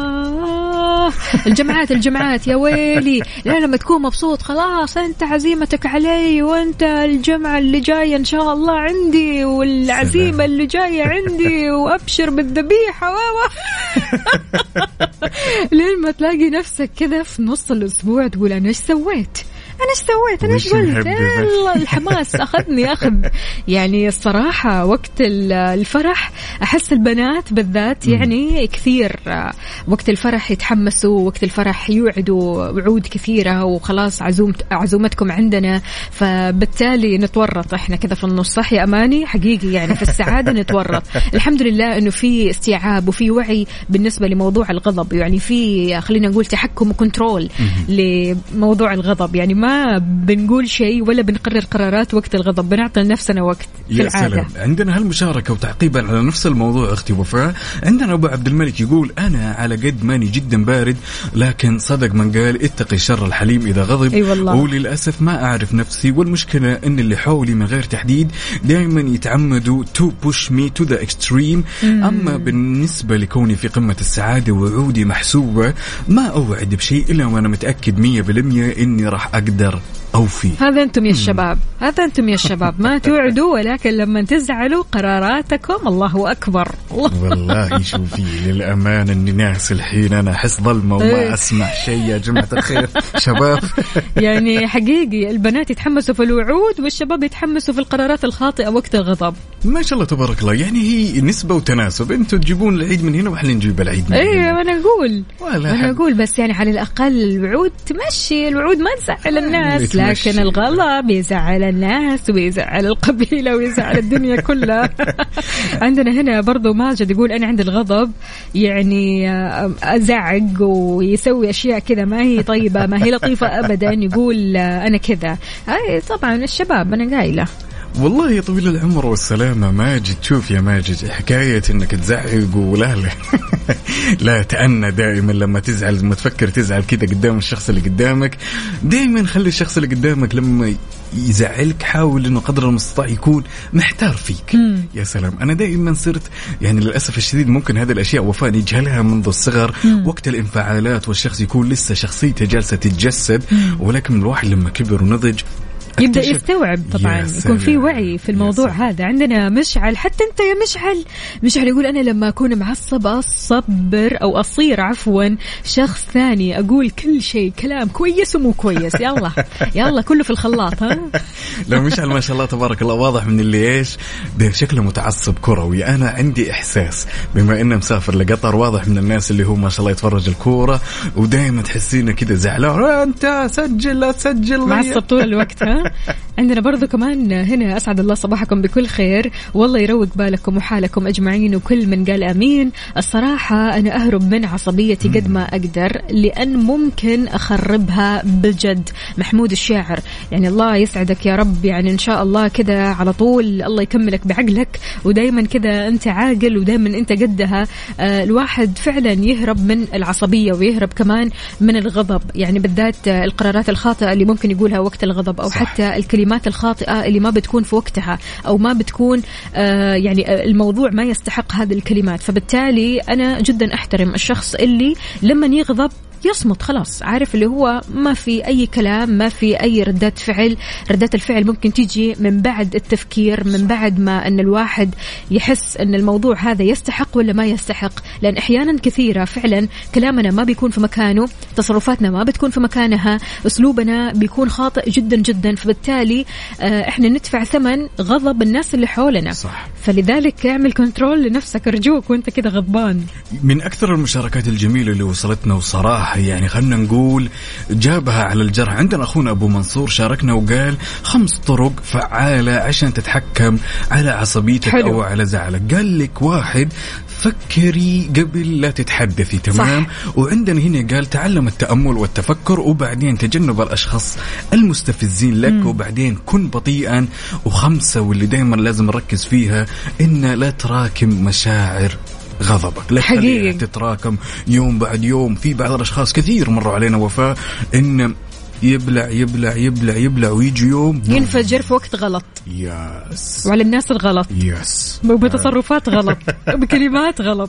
آه الجمعات الجمعات يا ويلي. لا لما تكون مبسوط خلاص أنت عزيمتك علي وأنت الجمعة اللي جاية إن شاء الله عندي والعزيمة اللي جاية عندي وأبشر بالذبيحة لين ما تلاقي نفسك كذا في نص الأسبوع تقول أنا إيش سويت أنا إيش سويت أنا إيش قلت. الله الحماس أخذني أخذ. يعني الصراحة وقت الفرح أحس البنات بالذات يعني كثير وقت الفرح يتحمسوا، وقت الفرح يوعدوا وعود كثيرة وخلاص عزومت عزومتكم عندنا، فبالتالي نتورط إحنا كذا في النص. صح يا أماني؟ حقيقي يعني في السعادة نتورط. الحمد لله إنه في استيعاب وفي وعي بالنسبة لموضوع الغضب، يعني في خلينا نقول تحكم وكنترول لموضوع الغضب. يعني ما بنقول شيء ولا بنقرر قرارات وقت الغضب، بنعطي لنفسنا وقت في العادة. سلام. عندنا هالمشاركة وتعقيبا على نفس الموضوع أختي وفاء، عندنا أبو عبد الملك يقول أنا على قد ماني جدا بارد لكن صدق من قال اتقي شر الحليم إذا غضب. أي والله. وللأسف ما أعرف نفسي، والمشكلة إن اللي حولي من غير تحديد دائما يتعمدوا to push me to the extreme. أما بالنسبة لكوني في قمة السعادة وعودي محسوبة ما أوعد بشيء إلا وأنا متأكد مية بالمية إني راح أقدر أقدر أوفي. هذا أنتم يا الشباب، هذا أنتم يا الشباب ما توعدوا، ولكن لما تزعلوا قراراتكم الله أكبر. والله شوفي للأمانة أني ناس الحين أنا أحس ظلمة وما أسمع شيء يا جماعة الخير شباب. يعني حقيقي البنات يتحمسوا في الوعود والشباب يتحمسوا في القرارات الخاطئة وقت الغضب. ما شاء الله تبارك الله، يعني هي نسبة وتناسب، أنتوا تجيبون العيد من هنا وإحنا نجيب العيد من هنا. أيوة أنا أقول أنا أقول بس يعني على الأقل الوعود تمشي، الوعود ما تزعل الناس، لكن الغضب يزعل الناس ويزعل القبيلة ويزعل الدنيا كلها. عندنا هنا برضو ماجد يقول أنا عند الغضب يعني أزعق ويسوي أشياء كذا ما هي طيبة ما هي لطيفة أبدا، يقول أنا كذا. هاي طبعا الشباب أنا قايلة. والله يا طويل العمر والسلامة ماجد، شوف يا ماجد حكاية انك تزعق ولا لا لا تأنى دائما لما تزعل، لما تفكر تزعل كذا قدام الشخص اللي قدامك، دائما خلي الشخص اللي قدامك لما يزعلك حاول انه قدر المستطاع يكون محتار فيك. مم. يا سلام، انا دائما صرت يعني للاسف الشديد ممكن هذه الاشياء وفاء نجهلها منذ الصغر. مم. وقت الانفعالات والشخص يكون لسه شخصيته جالسة تتجسد. مم. ولكن الواحد لما كبر ونضج يبدأ يستوعب طبعا، يكون في وعي في الموضوع هذا. عندنا مشعل، حتى انت يا مشعل مشعل يقول انا لما اكون معصب اصبر او اصير عفوا شخص ثاني، اقول كل شيء كلام كويس ومو كويس، يلا يلا كله في الخلاط. ها لو مشعل ما شاء الله تبارك الله واضح من اللي ايش بشكله متعصب كروي. انا عندي احساس بما انه مسافر لقطر، واضح من الناس اللي هو ما شاء الله يتفرج الكوره ودائما تحسينه كذا زعلان، انت سجل لا تسجل معصب طول الوقت. ها عندنا برضو كمان هنا أسعد الله صباحكم بكل خير، والله يروق بالكم وحالكم أجمعين وكل من قال أمين. الصراحة أنا أهرب من عصبيتي قد ما أقدر لأن ممكن أخربها بجد. محمود الشاعر، يعني الله يسعدك يا رب، يعني إن شاء الله كذا على طول الله يكملك بعقلك ودايما كذا أنت عاقل ودايما أنت قدها. آه الواحد فعلا يهرب من العصبية ويهرب كمان من الغضب، يعني بالذات القرارات الخاطئة اللي ممكن يقولها وقت الغضب أو صح. حتى الكلمات الخاطئة اللي ما بتكون في وقتها أو ما بتكون آه يعني الموضوع ما يستحق هذه الكلمات. فبالتالي أنا جدا أحترم الشخص اللي لما يغضب يصمت خلاص، عارف اللي هو ما في أي كلام، ما في أي ردات فعل. ردات الفعل ممكن تيجي من بعد التفكير، من بعد ما أن الواحد يحس أن الموضوع هذا يستحق ولا ما يستحق. لأن أحيانا كثيرة فعلا كلامنا ما بيكون في مكانه، تصرفاتنا ما بتكون في مكانها، أسلوبنا بيكون خاطئ جدا جدا. فبالتالي إحنا ندفع ثمن غضب الناس اللي حولنا صح. فلذلك اعمل كنترول لنفسك أرجوك وانت كده غضبان. من أكثر المشاركات الجميلة اللي وصلتنا وصراحة يعني خلنا نقول جابها على الجرح، عندنا أخونا أبو منصور شاركنا وقال خمس طرق فعالة عشان تتحكم على عصبيتك حلو. أو على زعلك. قال لك واحد، فكري قبل لا تتحدثي، تمام صح. وعندنا هنا قال تعلم التأمل والتفكر، وبعدين تجنب الأشخاص المستفزين لك، م. وبعدين كن بطيئا. وخمسة واللي دايما لازم نركز فيها إن لا تراكم مشاعر غضبك، لا تخليها تتراكم يوم بعد يوم. في بعض الأشخاص كثير مروا علينا وفاء إن يبلع يبلع يبلع يبلع ويجي يوم ينفجر في وقت غلط، يس، وعلى الناس الغلط، يس، وبتصرفات غلط، وبكلمات غلط.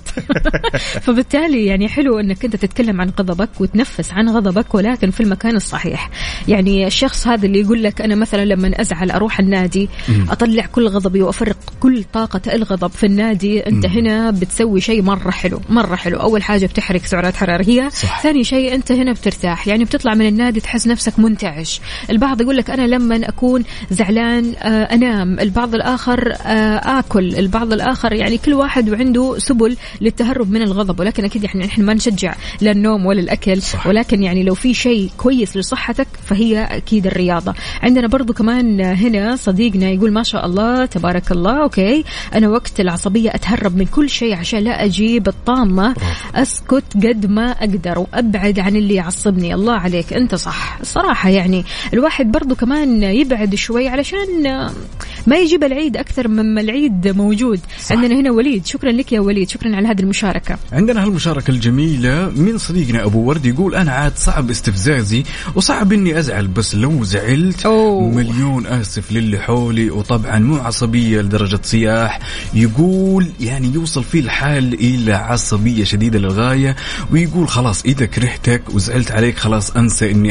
فبالتالي يعني حلو انك انت تتكلم عن غضبك وتنفس عن غضبك، ولكن في المكان الصحيح. يعني الشخص هذا اللي يقول لك انا مثلا لما ازعل اروح النادي اطلع كل غضبي وافرق كل طاقة الغضب في النادي، انت هنا بتسوي شيء مرة حلو مرة حلو. اول حاجة بتحرق سعرات حرارية، ثاني شيء انت هنا بترتاح، يعني بتطلع من النادي تحس نفسك منتعش. البعض يقول لك أنا لما أكون زعلان آه أنام، البعض الآخر آه آكل، البعض الآخر يعني كل واحد وعنده سبل للتهرب من الغضب. ولكن أكيد يعني نحن ما نشجع لا النوم ولا الأكل صح. ولكن يعني لو في شيء كويس لصحتك فهي أكيد الرياضة. عندنا برضو كمان هنا صديقنا يقول ما شاء الله تبارك الله، أوكي أنا وقت العصبية أتهرب من كل شيء عشان لا أجيب الطامة، أسكت قد ما أقدر وأبعد عن اللي يعصبني. الله عليك أنت صح صراحة. يعني الواحد برضو كمان يبعد شوي علشان ما يجيب العيد أكثر مما العيد موجود صح. عندنا هنا وليد، شكرا لك يا وليد، شكرا على هذه المشاركة. عندنا هالمشاركة الجميلة من صديقنا أبو ورد يقول أنا عاد صعب استفزازي وصعب إني أزعل، بس لو زعلت أوه. مليون آسف للي حولي، وطبعا مو عصبية لدرجة صياح. يقول يعني يوصل فيه الحال إلى عصبية شديدة للغاية، ويقول خلاص إذا كرهتك وزعلت عليك خلاص أنسى إني أنا شخص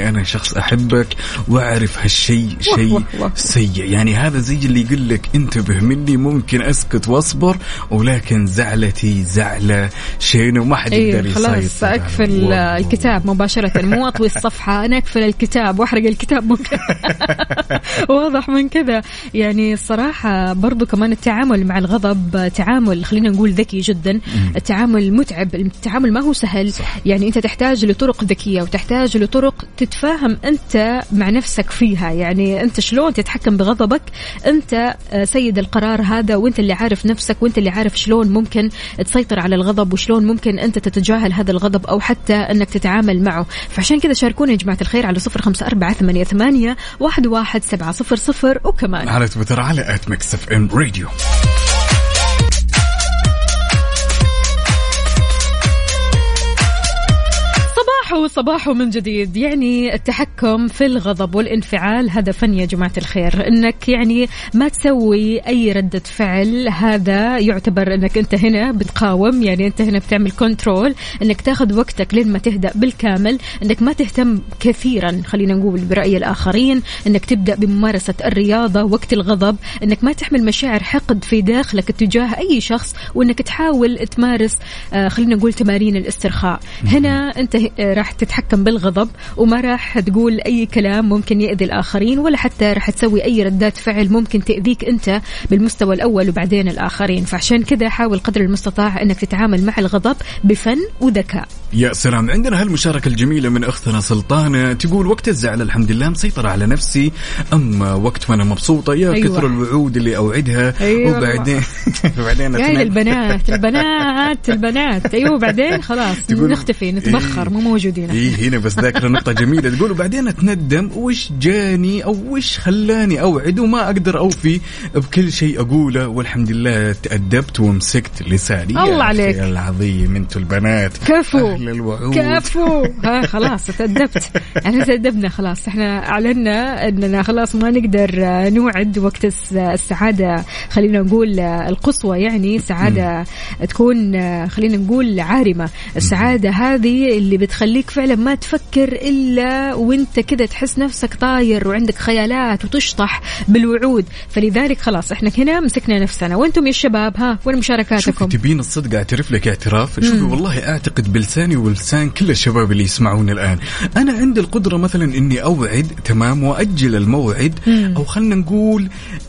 شخص أحبك وأعرف هالشيء شيء سيء، يعني هذا زي اللي يقول لك انتبه مني ممكن أسكت وأصبر ولكن زعلتي زعلة شين وما حد يقدر يسيطر. خلاص أقفل الكتاب مباشرة، مو أطوي الصفحة، أنا أقفل الكتاب وأحرق الكتاب ممكن. واضح من كذا. يعني الصراحة برضو كمان التعامل مع الغضب تعامل خلينا نقول ذكي جدا. التعامل متعب، التعامل ما هو سهل. صح. يعني أنت تحتاج لطرق ذكية وتحتاج لطرق تتفاهم أنت مع نفسك فيها. يعني أنت شلون تتحكم بغضبك، أنت سيد القرار هذا، وأنت اللي عارف نفسك، وأنت اللي عارف شلون ممكن تسيطر على الغضب وشلون ممكن أنت تتجاهل هذا الغضب أو حتى أنك تتعامل معه. فعشان كذا شاركونا يا جماعة الخير على صفر خمسة أربعة ثمانية ثمانية واحد واحد سبعة صفر صفر وكمان على تويتر على آت ميكس إف إم راديو. صباحه من جديد. يعني التحكم في الغضب والانفعال هذا فن يا جماعة الخير، انك يعني ما تسوي اي ردة فعل، هذا يعتبر انك انت هنا بتقاوم. يعني انت هنا بتعمل كنترول، انك تاخذ وقتك لين ما تهدأ بالكامل، انك ما تهتم كثيرا خلينا نقول برأي الآخرين، انك تبدأ بممارسة الرياضة وقت الغضب، انك ما تحمل مشاعر حقد في داخلك تجاه اي شخص، وانك تحاول تمارس آه خلينا نقول تمارين الاسترخاء. هنا انت راح تتحكم بالغضب وما راح تقول أي كلام ممكن يؤذي الآخرين، ولا حتى راح تسوي أي ردات فعل ممكن تأذيك أنت بالمستوى الأول وبعدين الآخرين. فعشان كذا حاول قدر المستطاع أنك تتعامل مع الغضب بفن وذكاء. يا سلام، عندنا هالمشاركة الجميلة من أختنا سلطانة، تقول وقت الزعل الحمد لله مسيطرة على نفسي، أما وقت ما أنا مبسوطة يا أيوة. كثر الوعود اللي أوعدها أيوة. وبعدين وبعدين قايل البنات البنات البنات أيوة بعدين خلاص نختفي نتبخر مو موجودين. إيه هنا بس ذاكرة نقطة جميلة، تقول وبعدين أتندم وش جاني أو وش خلاني أوعد وما أقدر أوفي بكل شيء أقوله، والحمد لله تأدبت ومسكت لساني. الله عليك العظيم انتوا البنات كفو كفو. ها خلاص تأدبت، احنا تأدبنا خلاص، احنا أعلنا أننا خلاص ما نقدر نوعد وقت السعادة خلينا نقول القصوى، يعني سعادة تكون خلينا نقول عارمة. السعادة هذه اللي بتخليك فعلا ما تفكر إلا وانت كده تحس نفسك طاير وعندك خيالات وتشطح بالوعود. فلذلك خلاص احنا هنا مسكنا نفسنا. وانتم يا الشباب ها وين مشاركاتكم؟ تبين الصدق اعترف لك اعتراف. شوفي والله اعتقد بلساني ولسان كل الشباب اللي يسمعون الآن، أنا عندي القدرة مثلا إني أوعد تمام وأجل الموعد، أو خلنا نقول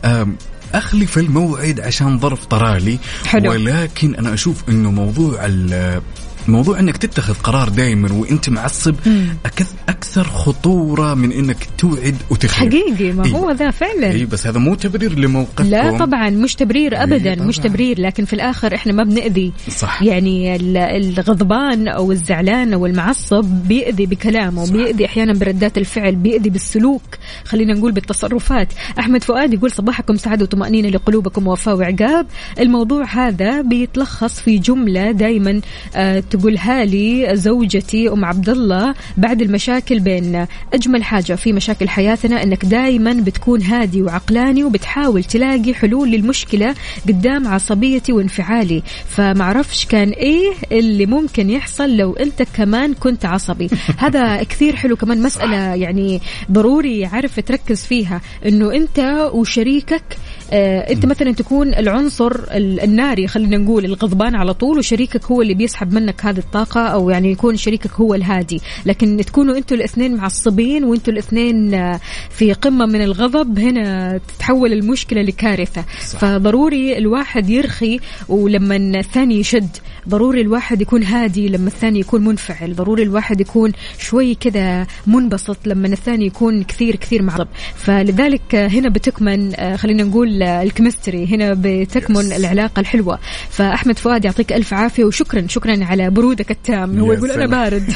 أخلف الموعد عشان ظرف طرالي. حلو. ولكن أنا أشوف إنه موضوع موضوع انك تتخذ قرار دائما وانت معصب اكثر خطوره من انك توعد وتخلف. حقيقي ما هو ذا فعلا. اي بس هذا مو تبرير لموقفكم. لا طبعا مش تبرير ابدا، مش تبرير، لكن في الاخر احنا ما بنأذي. صح. يعني الغضبان او الزعلان او المعصب بيأذي بكلامه، بيأذي احيانا بردات الفعل، بيأذي بالسلوك خلينا نقول بالتصرفات. احمد فؤاد يقول صباحكم سعاده وطمأنينه لقلوبكم ووفاء وعقاب. الموضوع هذا بيتلخص في جمله دائما آه تقولها لي زوجتي أم عبد الله بعد المشاكل بيننا: أجمل حاجة في مشاكل حياتنا أنك دايما بتكون هادي وعقلاني وبتحاول تلاقي حلول للمشكلة قدام عصبيتي وانفعالي، فمعرفش كان إيه اللي ممكن يحصل لو أنت كمان كنت عصبي. هذا كثير حلو كمان، مسألة يعني ضروري عارف تركز فيها، أنه أنت وشريكك آه أنت مثلا تكون العنصر الناري خلينا نقول الغضبان على طول، وشريكك هو اللي بيسحب منك هذه الطاقة، أو يعني يكون شريكك هو الهادي. لكن تكونوا أنتوا الاثنين معصبين وأنتوا الاثنين في قمة من الغضب، هنا تتحول المشكلة لكارثة. صح. فضروري الواحد يرخي، ولما الثاني يشد ضروري الواحد يكون هادي لما الثاني يكون منفعل، ضروري الواحد يكون شوي كذا منبسط لما الثاني يكون كثير كثير معصب. فلذلك هنا بتكمن خلينا نقول الكيمستري، هنا بتكمن العلاقة الحلوة. فأحمد فؤاد يعطيك ألف عافية وشكرا شكرا على برودك التام. هو يقول أنا بارد.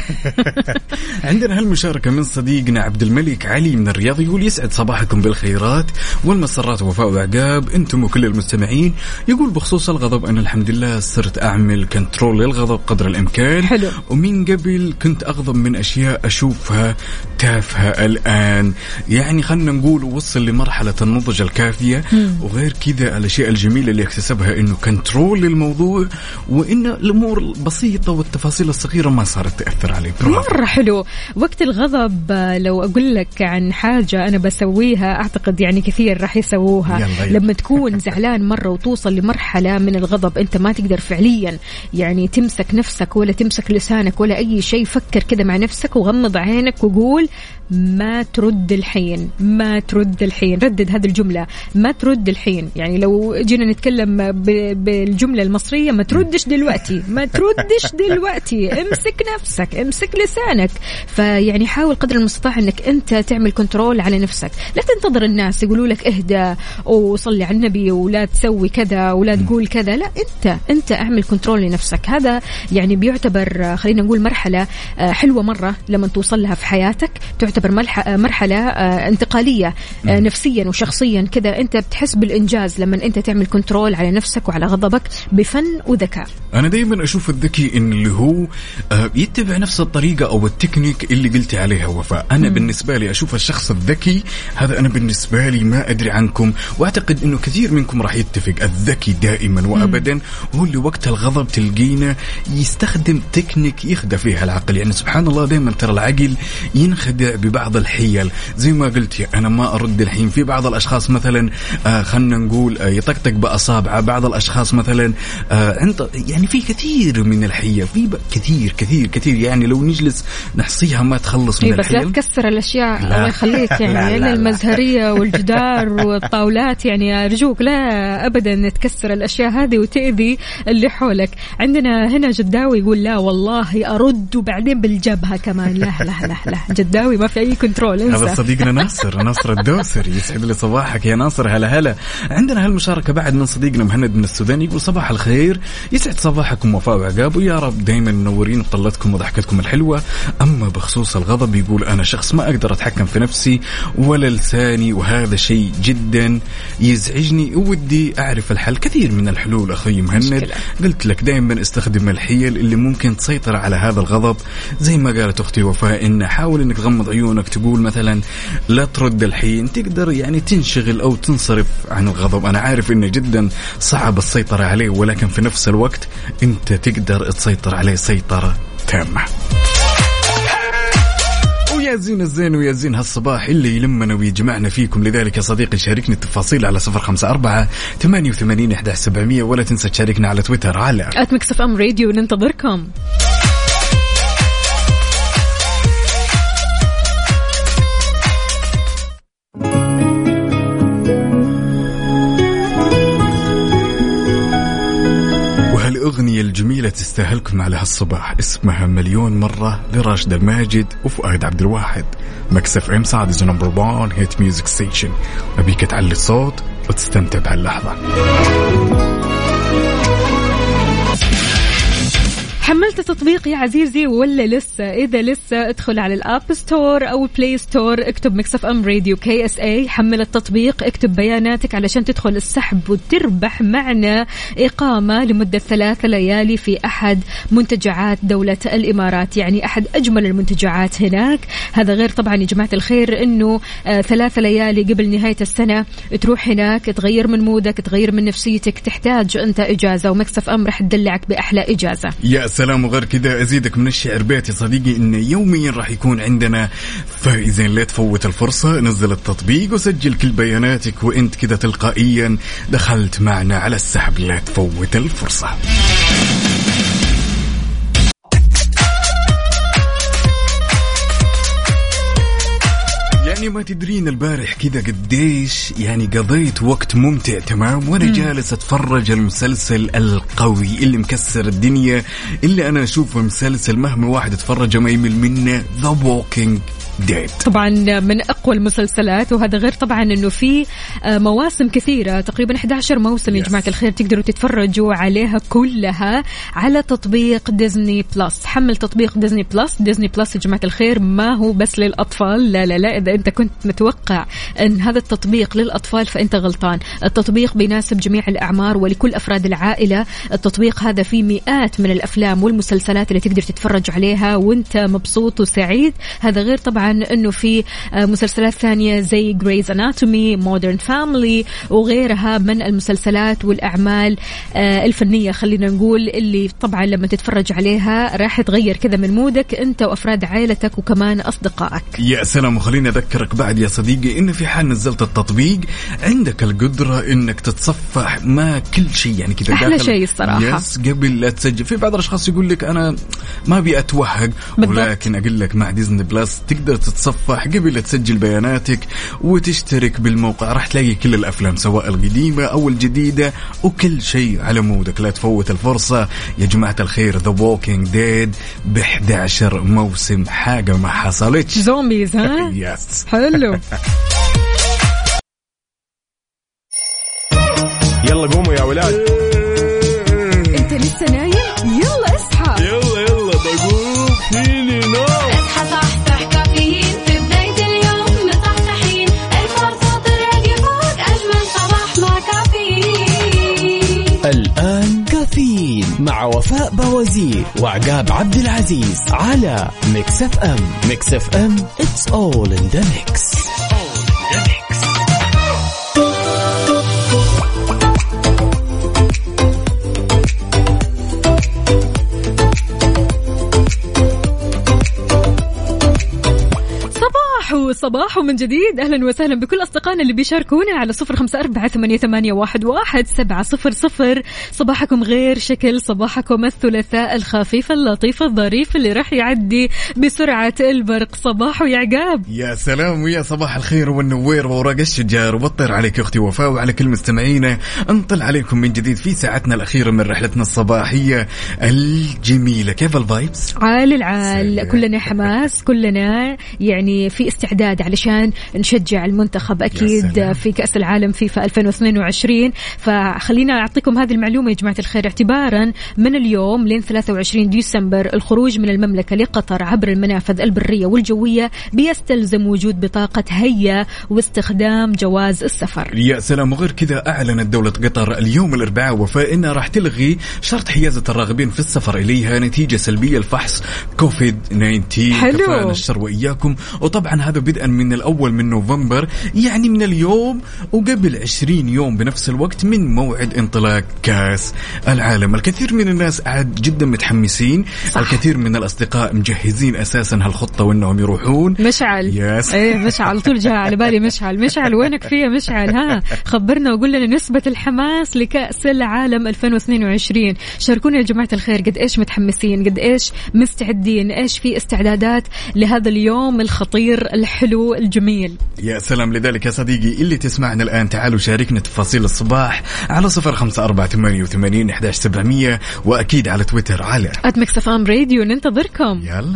عندنا هالمشاركة من صديقنا عبد الملك علي من الرياض، يقول يسعد صباحكم بالخيرات والمسرات ووفاء وعقاب أنتم وكل المستمعين. يقول بخصوص الغضب أنا الحمد لله صرت أعمل كنترول للغضب قدر الإمكان. حلو. ومن قبل كنت أغضب من أشياء أشوفها تافهة، الآن يعني خلنا نقول وصل لمرحلة النضج الكافية. مم. وغير كذا الأشياء الجميلة اللي اكتسبها إنه كنترول للموضوع، وإن الأمور البسيطة والتفاصيل الصغيرة ما صارت تأثر عليه. مرة حلو. وقت الغضب لو أقول لك عن حاجة أنا بسويها أعتقد يعني كثير راح يسووها. لما تكون زعلان مرة وتوصل لمرحلة من الغضب أنت ما تقدر فعليا يعني تمسك نفسك ولا تمسك لسانك ولا أي شيء، فكر كده مع نفسك وغمض عينك وقول ما ترد الحين، ما ترد الحين. ردد هذه الجملة، ما ترد الحين. يعني لو جينا نتكلم بالجملة المصرية، ما تردش دلوقتي، ما تردش دلوقتي، امسك نفسك، امسك لسانك. فيعني حاول قدر المستطاع انك انت تعمل كنترول على نفسك، لا تنتظر الناس يقولوا لك اهدى وصلي على النبي ولا تسوي كذا ولا تقول كذا. لا، انت انت اعمل كنترول لنفسك. هذا يعني بيعتبر خلينا نقول مرحلة حلوة مرة لما توصل لها في حياتك، تعتبر مرحلة انتقالية نفسيا وشخصيا كذا. انت بتحس بالانجاز لما انت تعمل كنترول على نفسك وعلى غضبك بفن وذكاء. انا دائما اشوف الذكي ان اللي هو يتبع نفس الطريقة او التكنيك اللي قلتي عليها وفاء. انا م. بالنسبة لي اشوف الشخص الذكي هذا، انا بالنسبة لي ما ادري عنكم واعتقد انه كثير منكم راح يتفق، الذكي دائما وابدا م. هو اللي وقت الغضب تلقينا يستخدم تكنيك يخدع فيها العقل. يعني سبحان الله دائما ترى العقل ينخدع ببعض الحيل زي ما قلت. أنا ما أرد الحين. في بعض الأشخاص مثلا آه خلنا نقول آه يطقطق بأصابع، بعض الأشخاص مثلا آه عند يعني في كثير من الحيل، في كثير كثير كثير يعني لو نجلس نحصيها ما تخلص من بس الحيل. لا تكسر الأشياء الله يخليك يعني لا لا لا المزهرية والجدار والطاولات، يعني أرجوك لا أبدا تكسر الأشياء هذه وتأذي اللي حولك. عندنا هنا جداوي يقول لا والله أرد وبعدين بالجبهة كمان. لا لا لا لا جداوي ما في أي كنترول. هذا صديقنا ناصر ناصر الدوسري، يسعد لي صباحك يا ناصر. هلا هلا. عندنا هالمشاركة بعد من صديقنا مهند من السودان، يقول صباح الخير، يسعد صباحكم وفاء وعقاب، ويا رب دايما منورين بطلتكم وضحكتكم الحلوة. أما بخصوص الغضب يقول أنا شخص ما أقدر أتحكم في نفسي ولا لساني، وهذا شيء جدا يزعجني ودي أعرف الحل. كثير من الحلول أخي مهند، قلت لك دائما استخدم الحيل اللي ممكن تسيطر على هذا الغضب. زي ما قالت أختي وفاء إن حاول إنك تغمض عيونك، تقول مثلا لا ترد الحين، تقدر يعني تنشغل أو تنصرف عن الغضب. أنا عارف إنه جدا صعب السيطرة عليه، ولكن في نفس الوقت أنت تقدر تسيطر عليه سيطرة تامة. ويا زين الزين ويا زين هالصباح اللي يلمنا ويجمعنا فيكم. لذلك يا صديقي شاركني التفاصيل على صفر خمسة أربعة ثمانية وثمانين أحد عشر سبعمية، ولا تنسى تشاركنا على تويتر على آت ميكس إف إم راديو. ننتظركم. الأغنية الجميلة تستاهلكم على هالصباح، اسمها مليون مرة لراشد الماجد وفؤاد عبد الواحد. ميكس إف إم سعد نمبر وان هيت ميوزك ستيشن. أبيك تعلي الصوت وتستمتع بهاللحظة. حملت التطبيق يا عزيزي ولا لسه؟ إذا لسه ادخل على الأب ستور أو بلاي ستور، اكتب ميكس إف إم راديو كي إس إيه، حمل التطبيق، اكتب بياناتك علشان تدخل السحب وتربح معنا إقامة لمدة ثلاث ليالي في أحد منتجعات دولة الإمارات، يعني أحد أجمل المنتجعات هناك. هذا غير طبعا يا جماعة الخير إنه آه ثلاث ليالي قبل نهاية السنة تروح هناك تغير من مودك، تغير من نفسيتك، تحتاج أنت إجازة، وميكس إف إم رح تدلعك بأحلى إجازة. يا سلام. وغير كذا أزيدك من الشعر بيت يا صديقي إن يوميا راح يكون عندنا فائزين. لا تفوت الفرصة، نزل التطبيق وسجل كل بياناتك وإنت كذا تلقائيا دخلت معنا على السحب. لا تفوت الفرصة. يعني ما تدرين البارح كذا قديش يعني قضيت وقت ممتع تمام وانا م. جالس اتفرج المسلسل القوي اللي مكسر الدنيا، اللي انا اشوفه مسلسل مهما واحد اتفرج ما يمل منه، The Walking ديد. طبعا من أقوى المسلسلات، وهذا غير طبعا أنه في مواسم كثيرة، تقريبا إحدى عشر موسم يا جماعة الخير، تقدروا تتفرجوا عليها كلها على تطبيق ديزني بلس. حمل تطبيق ديزني بلس. ديزني بلس يا جماعة الخير ما هو بس للأطفال، لا لا لا، إذا أنت كنت متوقع أن هذا التطبيق للأطفال فأنت غلطان. التطبيق بيناسب جميع الأعمار ولكل أفراد العائلة. التطبيق هذا فيه مئات من الأفلام والمسلسلات اللي تقدر تتفرج عليها وانت مبسوط وسعيد. هذا غير طبعا أنه في مسلسلات ثانية زي Grey's Anatomy, Modern Family وغيرها من المسلسلات والأعمال الفنية خلينا نقول، اللي طبعا لما تتفرج عليها راح تغير كذا من مودك أنت وأفراد عائلتك وكمان أصدقائك. يا سلام. وخليني أذكرك بعد يا صديقي إن في حال نزلت التطبيق عندك القدرة إنك تتصفح ما كل شيء، يعني كذا أحلى شيء الصراحة. يس قبل لا تسجل. في بعض الأشخاص يقول لك أنا ما أبي أتوهق، ولكن أقول لك مع ديزني بلس تقدر تتصفح قبل لا تسجل بياناتك وتشترك بالموقع، راح تلاقي كل الأفلام سواء القديمة أو الجديدة وكل شيء على مودك. لا تفوت الفرصة يا جماعة الخير. The Walking Dead بإحدى عشر موسم، حاجة ما حصلتش. زومبيز ها؟ يس حلو. يلا قوموا يا ولاد. انت لسه نايم؟ يلا اصحى. يلا يلا بقوم فيني نوم. اصحى صحصح كافيين في بداية اليوم مصحصحين، الفرصة تراك فوق أجمل صباح مع كافيين. الآن كافيين مع وفاء بوازير وعقاب عبد العزيز على ميكس اف ام. ميكس اف ام it's all in the mix. صباح من جديد. أهلا وسهلا بكل أصدقائنا اللي بيشاركونا على صفر خمسة أربعة ثمانية ثمانية واحد واحد سبعة صفر صفر. صباحكم غير شكل، صباحكم الثلاثاء الخفيف اللطيف الظريف اللي راح يعدي بسرعة البرق. صباح يا عقاب. يا سلام ويا صباح الخير والنوير وورق الشجار وبطر عليك أختي وفاء وعلى كل مستمعينا. انطل عليكم من جديد في ساعتنا الأخيرة من رحلتنا الصباحية الجميلة. كيف الفايبس؟ عال العال، كلنا حماس، كلنا يعني في استعداد علشان نشجع المنتخب أكيد في كأس العالم فيفا ألفين واثنين وعشرين. فخلينا أعطيكم هذه المعلومة يا جماعة الخير. اعتبارا من اليوم لين ثلاثة وعشرين ديسمبر الخروج من المملكة لقطر عبر المنافذ البرية والجوية بيستلزم وجود بطاقة هيئة واستخدام جواز السفر. يا سلام. وغير كذا أعلنت دولة قطر اليوم الأربعاء وفاء إنها راح تلغي شرط حيازة الراغبين في السفر إليها نتيجة سلبية الفحص كوفيد تسعة عشر. كفانا الشر وإياكم. وطبعا هذا بدءا من الأول من نوفمبر، يعني من اليوم وقبل عشرين يوم بنفس الوقت من موعد انطلاق كأس العالم. الكثير من الناس قاعد جدا متحمسين. صح. الكثير من الأصدقاء مجهزين أساسا هالخطة وإنهم يروحون. مشعل يس. ايه مشعل طول جاء على بالي. مشعل مشعل وينك فيها مشعل؟ ها خبرنا وقول لنا نسبة الحماس لكأس العالم ألفين واثنين وعشرين. شاركونا يا جماعة الخير قد إيش متحمسين، قد إيش مستعدين، إيش في استعدادات لهذا اليوم الخطير الحلو الجميل. يا سلام. لذلك يا صديقي اللي تسمعنا الآن تعالوا شاركنا تفاصيل الصباح على صفر خمسة أربعة ثمانية ثمانية واحد واحد سبعمية وأكيد على تويتر على آت ميكس اف ام راديو. ننتظركم. يلا.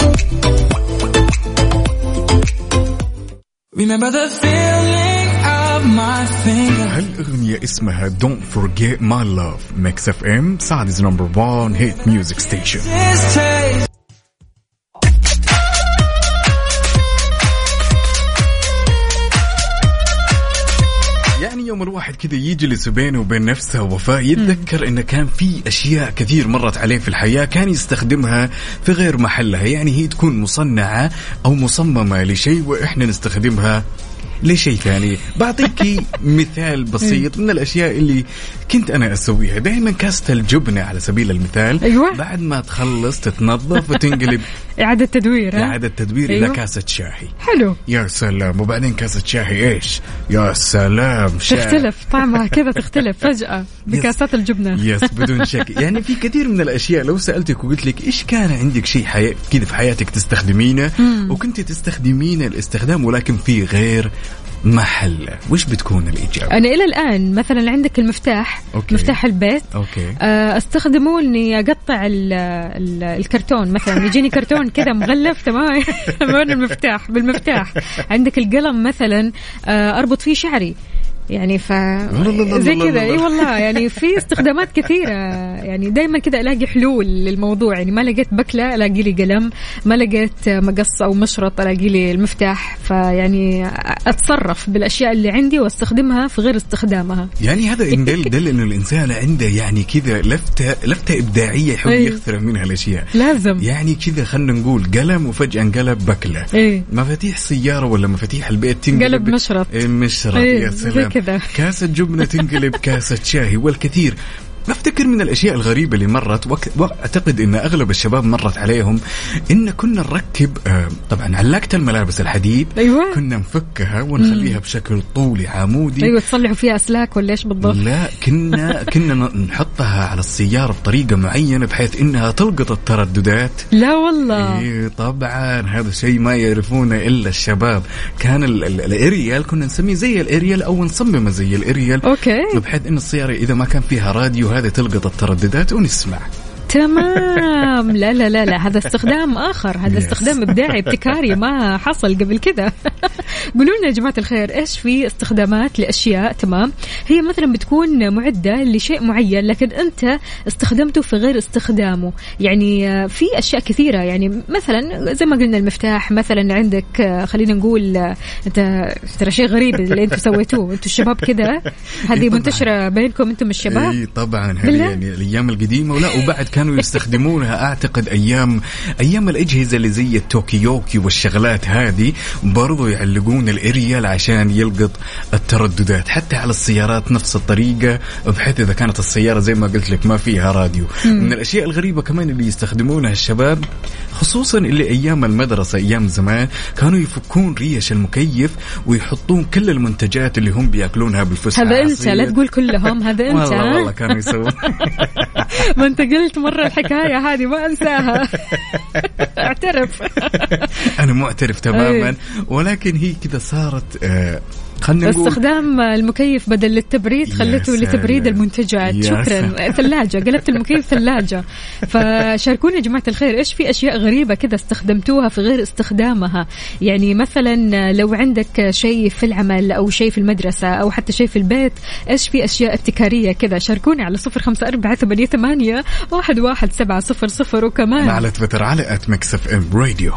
هالأغنية اسمها Don't Forget My Love. Mix اف ام Saudi's number one hit music station. يعني يوم الواحد كذا يجلس بينه وبين نفسه وفاء يتذكر إنه كان في أشياء كثير مرت عليه في الحياة كان يستخدمها في غير محلها، يعني هي تكون مصنعة أو مصممة لشيء وإحنا نستخدمها لشيء ثاني. بعطيك مثال بسيط من الأشياء اللي كنت أنا أسويها. دائما كاسة الجبنة على سبيل المثال. أيوة. بعد ما تخلص تتنظف وتنقلب إعادة تدوير. إعادة تدوير أيوة. إلى كاسة شاهي. حلو. يا سلام. وبعدين كاسة شاهي إيش؟ يا سلام. شاهي. تختلف طعمها كذا، تختلف فجأة بكاسات الجبنة. يس بدون شك. يعني في كثير من الأشياء لو سألتك وقلت لك إيش كان عندك شيء حي... كذا في حياتك تستخدمينه وكنت تستخدمينه الاستخدام ولكن في غير محل، وش بتكون الإجابة؟ أنا إلى الآن مثلا عندك المفتاح، أوكي. مفتاح البيت، أوكي. أستخدمه إني أقطع ال ال الكرتون، مثلا يجيني كرتون كذا مغلف تمام من المفتاح بالمفتاح. عندك القلم مثلا أربط فيه شعري، يعني ف زي كذا. اي والله يعني في استخدامات كثيره، يعني دائما كذا الاقي حلول للموضوع. يعني ما لقيت بكله الاقي لي قلم، ما لقيت مقص او مشرط الاقي لي المفتاح. فيعني اتصرف بالاشياء اللي عندي واستخدمها في غير استخدامها. يعني هذا يدل دل انه الانسان عنده يعني كذا لفته لفته ابداعيه يحب يخترع منها الاشياء. لازم يعني كذا خلينا نقول قلم وفجاه انقلب بكله. ايه؟ مفاتيح سياره ولا مفاتيح البيت تنقلب قلب مشرط. ايه مشرط. ايه يا سلام. كذا. كاسة جبنة تنقلب كاسة شاهي، والكثير. أفتكر من الأشياء الغريبة اللي مرت، وأعتقد أن أغلب الشباب مرت عليهم، إن كنا نركب آه طبعا علاقة الملابس الحديد. أيوة. كنا نفكها ونخليها مم. بشكل طولي عمودي. أيوة تصلحوا فيها أسلاك ولا إيش بالضبط؟ لا كنا كنا نحطها على السيارة بطريقة معينة بحيث إنها تلقط الترددات. لا والله. إيه طبعا هذا شيء ما يعرفونه إلا الشباب. كان الإريال كنا نسميه زي الإريال أو نصممه زي الإريال. أوكي. بحيث إن السيارة إذا ما كان فيها راديو هذا تلقط الترددات ونسمع. تمام. لا لا لا لا هذا استخدام آخر، هذا استخدام إبداعي ابتكاري ما حصل قبل كذا. قولوا لنا يا جماعة الخير إيش في استخدامات لأشياء تمام هي مثلا بتكون معدة لشيء معين لكن أنت استخدمته في غير استخدامه. يعني في أشياء كثيرة، يعني مثلا زي ما قلنا المفتاح مثلا عندك، خلينا نقول أنت ترى شيء غريب اللي أنتوا سويتوه أنتوا الشباب كذا، هذه منتشرة بينكم أنتم الشباب. إيه طبعا هذه يعني الأيام القديمة. ولا وبعد كانوا يستخدمونها أعتقد أيام أيام الأجهزة اللي زي التوكيوكي والشغلات هذه برضو يعلقون الإريال عشان يلقط الترددات. حتى على السيارات نفس الطريقة، بحيث إذا كانت السيارة زي ما قلت لك ما فيها راديو. م. من الأشياء الغريبة كمان اللي يستخدمونها الشباب خصوصا اللي أيام المدرسة أيام زمان كانوا يفكون ريش المكيف ويحطون كل المنتجات اللي هم بيأكلونها بالفسحة. هذا أنت لا تقول كلهم، هذا أنت. والله والله كانوا يسوون. ما أنت قلت مرة الحكاية هذه ما أنساها. اعترف. أنا معترف تماما، ولكن هي كذا صارت آه خلنا نقول استخدام المكيف بدل التبريد خلته لتبريد المنتجات. شكرا. ثلاجة، قلبت المكيف ثلاجة. فشاركونا يا جماعة الخير إيش في أشياء غريبة كذا استخدمتوها في غير استخدامها. يعني مثلا لو عندك شيء في العمل أو شيء في المدرسة أو حتى شيء في البيت، إيش في أشياء ابتكارية كذا. شاركونا على صفر خمسة أربعة ثمانية ثمانية واحد واحد سبعة صفر صفر. وكمان على تويتر على آت ميكس إف إم راديو.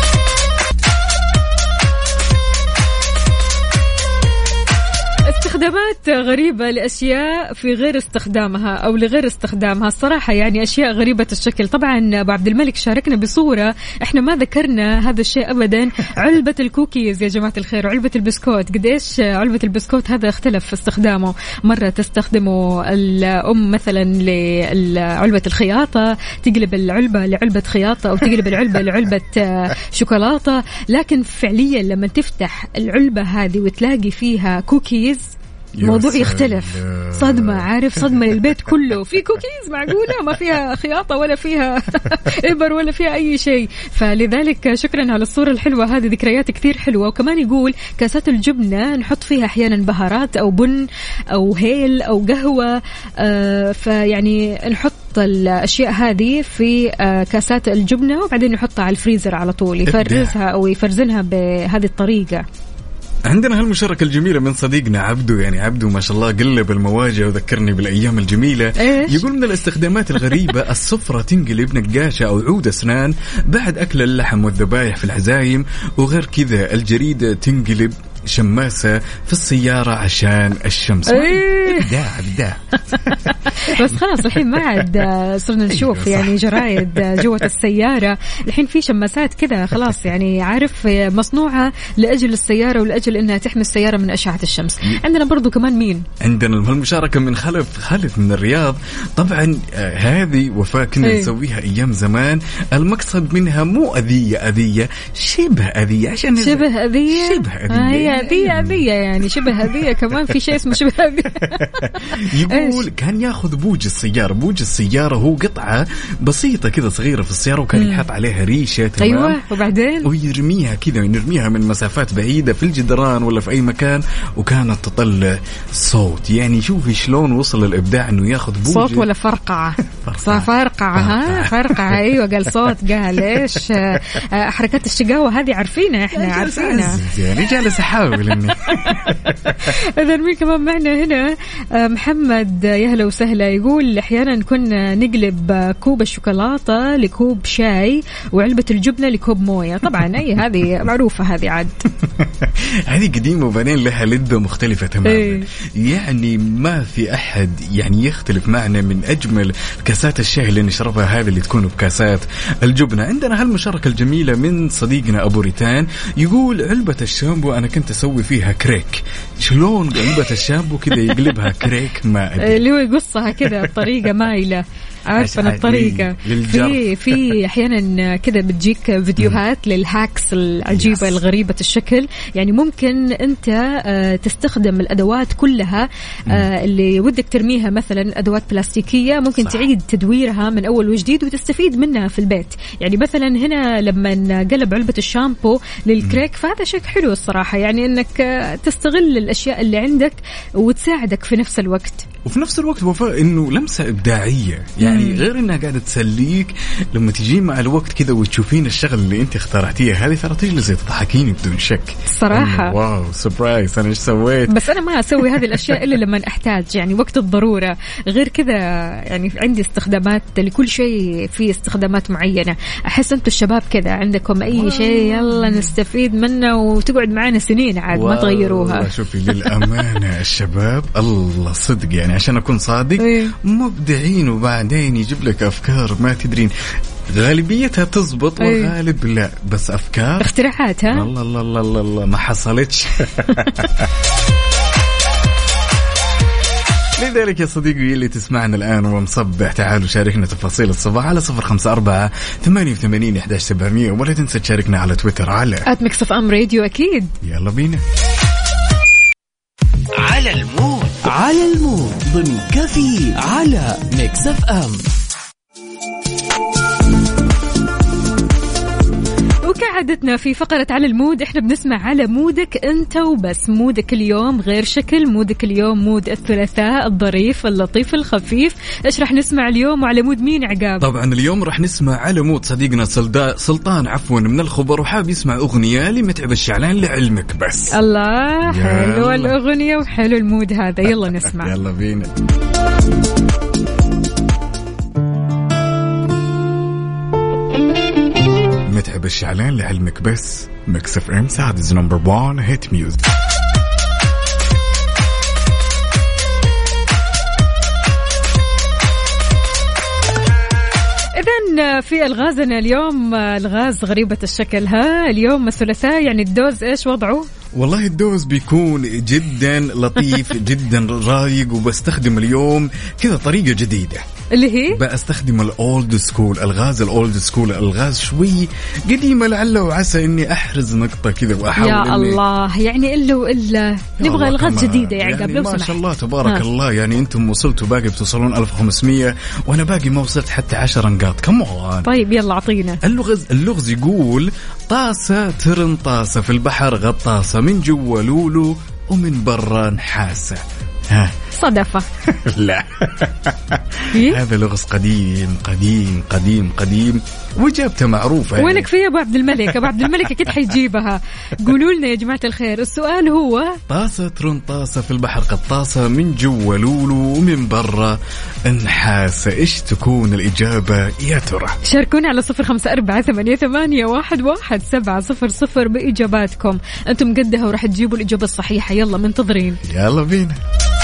استخدامات غريبة لأشياء في غير استخدامها أو لغير استخدامها. الصراحة يعني أشياء غريبة الشكل. طبعا أبو عبد الملك شاركنا بصورة إحنا ما ذكرنا هذا الشيء أبدا. علبة الكوكيز يا جماعة الخير، علبة البسكوت. قديش علبة البسكوت هذا اختلف في استخدامه. مرة تستخدمه الأم مثلا لعلبة الخياطة، تقلب العلبة لعلبة خياطة أو تقلب العلبة لعلبة شوكولاتة. لكن فعليا لما تفتح العلبة هذه وتلاقي فيها كوكيز الموضوع يختلف. صدمة، عارف، صدمة للبيت كله. في كوكيز معقولة ما فيها خياطة ولا فيها إبر ولا فيها أي شيء. فلذلك شكرا على الصورة الحلوة هذه، ذكريات كثير حلوة. وكمان يقول كاسات الجبنة نحط فيها أحيانا بهارات أو بن أو هيل أو قهوة. آه فيعني نحط الأشياء هذه في آه كاسات الجبنة وبعدين نحطها على الفريزر على طول، يفرزها أو يفرزنها بهذه الطريقة. عندنا هالمشاركة الجميلة من صديقنا عبدو. يعني عبدو ما شاء الله قلب المواجهة وذكرني بالأيام الجميلة. إيش؟ يقول من الاستخدامات الغريبة الصفرة تنقلب نقاشة أو عود أسنان بعد أكل اللحم والذبايح في العزايم. وغير كذا الجريدة تنقلب شماسة في السيارة عشان الشمس. إيه؟ إبداع إبداع. بس خلاص الحين ما عاد صرنا نشوف يعني جرايد جوة السيارة. الحين في شماسات كذا خلاص، يعني عارف مصنوعة لأجل السيارة ولأجل إنها تحمي السيارة من أشعة الشمس. عندنا برضو كمان مين؟ عندنا المشاركة من خلف خالد من الرياض. طبعا آه هذه وفاة كنا إيه؟ نسويها أيام زمان. المقصد منها مو أذية أذية، شبه أذية عشان شبه أذية. شبه أذية. آه هذية هذية يعني شبه هذية كمان في شيء اسمه شبه هذية. يقول كان ياخذ بوج السيارة، بوج السيارة هو قطعة بسيطة كذا صغيرة في السيارة، وكان يحط عليها ريشة تمام. أيوة وبعدين ويرميها كذا، يرميها من مسافات بعيدة في الجدران ولا في أي مكان، وكانت تطلع صوت. يعني شوفي شلون وصل الإبداع إنه ياخذ بوج صوت ولا فرقعة فرقعة فرقعة ها فرقعة. أيوة قال صوت، قال إيش حركات الشقاوة هذه عارفينها إحنا عارفينها يعني جالس أحاول إني. إذا مين كمان معنا هنا؟ محمد يا هلا وسهلا، يقول أحيانا كنا نقلب كوب الشوكولاتة لكوب شاي وعلبة الجبنة لكوب موية. طبعا أي هذه معروفة هذه عاد. هذه قديمة وبعدين لها لذة مختلفة تماما. يعني ما في أحد يعني يختلف معنا من أجمل كاسات الشاي اللي نشربها هذه اللي تكون بكاسات الجبنة. عندنا هالمشاركة الجميلة من صديقنا أبو ريتان، يقول علبة الشامبو أنا كنت أسوي فيها كريك. شلون علبة الشامبو كذا يقلبها كريك؟ ما أدري. اللي هو يقصها كذا بطريقة مايلة، عارفة الطريقة. في في أحيانا كذا بتجيك فيديوهات للهاكس العجيبة الغريبة الشكل. يعني ممكن أنت تستخدم الأدوات كلها اللي ودك ترميها، مثلا أدوات بلاستيكية ممكن صح. تعيد تدويرها من أول وجديد وتستفيد منها في البيت. يعني مثلا هنا لما قلب علبة الشامبو للكريك فهذا شيء حلو الصراحة، يعني أنك تستغل الأشياء اللي عندك وتساعدك في نفس الوقت. وفي نفس الوقت وفاء إنه لمسة إبداعية، يعني مم. غير إنها قاعدة تسليك لما تجي مع الوقت كذا وتشوفين الشغل اللي أنت اخترعتيها هذه ترى تجلسي تضحكيني بدون شك صراحة. واو سبرايز أنا إيش سويت. بس أنا ما أسوي هذه الأشياء إلا لما أحتاج، يعني وقت الضرورة. غير كذا يعني عندي استخدامات لكل شيء، في استخدامات معينة. أحس أنتوا الشباب كذا عندكم أي شيء يلا نستفيد منه وتقعد معنا سنين عاد ما تغيروها. شوفي للأمانة الشباب الله صدق يعني عشان أكون صادق مبدعين، وبعدين يجيب لك أفكار ما تدرين غالبيتها تزبط والغالب لا، بس أفكار اختراعات ها الله الله الله الله, الله ما حصلتش. لذلك يا صديقي اللي تسمعنا الآن ومصبح، تعالوا شاركنا تفاصيل الصباح على صفر خمسة أربعة ثمانية ثمانين إحدى عشر سبعمية، ولا تنسى تشاركنا على تويتر على آت ميكس أف أم راديو. أكيد يلا بينا على المود على المود ضمن كفي على ميكس أف أم. وكعادتنا في فقرة على المود احنا بنسمع على مودك انت وبس. مودك اليوم غير شكل، مودك اليوم مود الثلاثاء الظريف اللطيف الخفيف. ايش راح نسمع اليوم وعلى مود مين عقاب؟ طبعا اليوم راح نسمع على مود صديقنا سلطان عفوا من الخبر، وحاب يسمع اغنية لمتعب الشعلان لعلمك بس. الله حلو الاغنية وحلو المود هذا، يلا نسمع. يلا بينا. متعب الشعلان لعلمك بس. ميكس اف ام سعد نمبر وان هيت ميوزك. إذن في الغازنا اليوم الغاز غريبة الشكل. ها اليوم الثلاثاء يعني الدوز إيش وضعه؟ والله الدوز بيكون جدا لطيف جدا رايق، وبستخدم اليوم كذا طريقة جديدة اللي هي بستخدم الأولد سكول، الغاز الأولد سكول، الغاز شوي قديمة لعل وعسى إني أحرز نقطة كذا وأحاول يا إني الله يعني إلا وإلا نبغى الغاز جديدة يعني, يعني قبل ما شاء الله تبارك ها. الله يعني أنتم وصلتوا باقي بتوصلون ألف وخمسمية وأنا باقي ما وصلت حتى عشر نقاط. كمان طيب يلا عطينا اللغز. اللغز يقول طاسة ترن طاسة في البحر غطاسة، من جوا لولو ومن برا نحاسة. ها صدفة لا هذا لغز قديم قديم قديم قديم وإجابته معروفة. وينك فيها أبو عبد الملك؟ أبو عبد الملك أكيد حيجيبها. قولوا لنا يا جماعة الخير. السؤال هو طاسة ترن طاسة في البحر قطاسة، من جوا لولو ومن برا نحاسة. إيش تكون الإجابة يا ترى؟ شاركونا على صفر خمسة أربعة ثمانية ثمانية واحد واحد سبعة صفر صفر بإجاباتكم. أنتم قدها وراح تجيبوا الإجابة الصحيحة. يلا منتظرين. يلا بينا.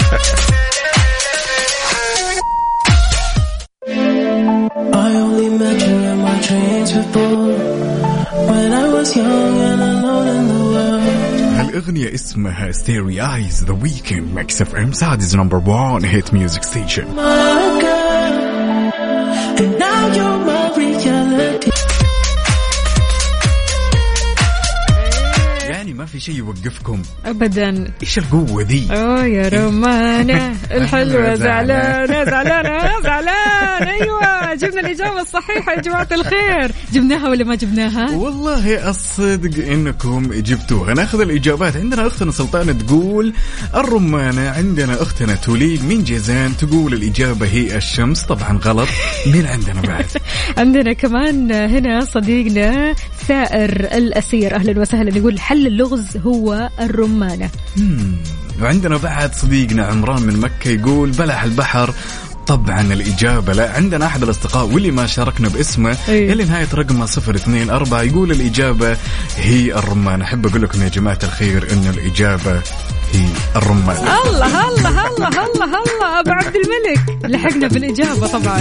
I only met you in my dreams before when I was young and alone in the world. هالأغنية اسمها Starry Eyes The Weeknd. Mix F M Saudi's number one hit music station. My girl, and now you're my reality. يعني ما في في شيء يوقفكم ابدا. ايش القوه ذي؟ اوه يا رمانه الحلوه زعلانه زعلانه زعلانه. ايوه جبنا الاجابه الصحيحه يا جماعه الخير. جبناها ولا ما جبناها؟ والله الصدق انكم جبتوها. ناخذ الاجابات. عندنا اختنا سلطانه تقول الرمانه، عندنا اختنا توليد من جيزان تقول الاجابه هي الشمس. طبعا غلط. مين عندنا بعد؟ عندنا كمان هنا صديقنا سائر الأسير أهلا وسهلا يقول حل اللغز هو الرمانة. وعندنا بعد صديقنا عمران من مكة يقول بلح البحر. طبعا الإجابة لا. عندنا أحد الأصدقاء واللي ما شاركنا باسمه أيه. اللي نهاية رقمه صفر اثنين أربعة يقول الإجابة هي الرمانة. أحب أقول لكم يا جماعة الخير إنه الإجابة هي الرمانة. الله الله الله الله الله أبو عبد الملك لحقنا بالإجابة طبعا.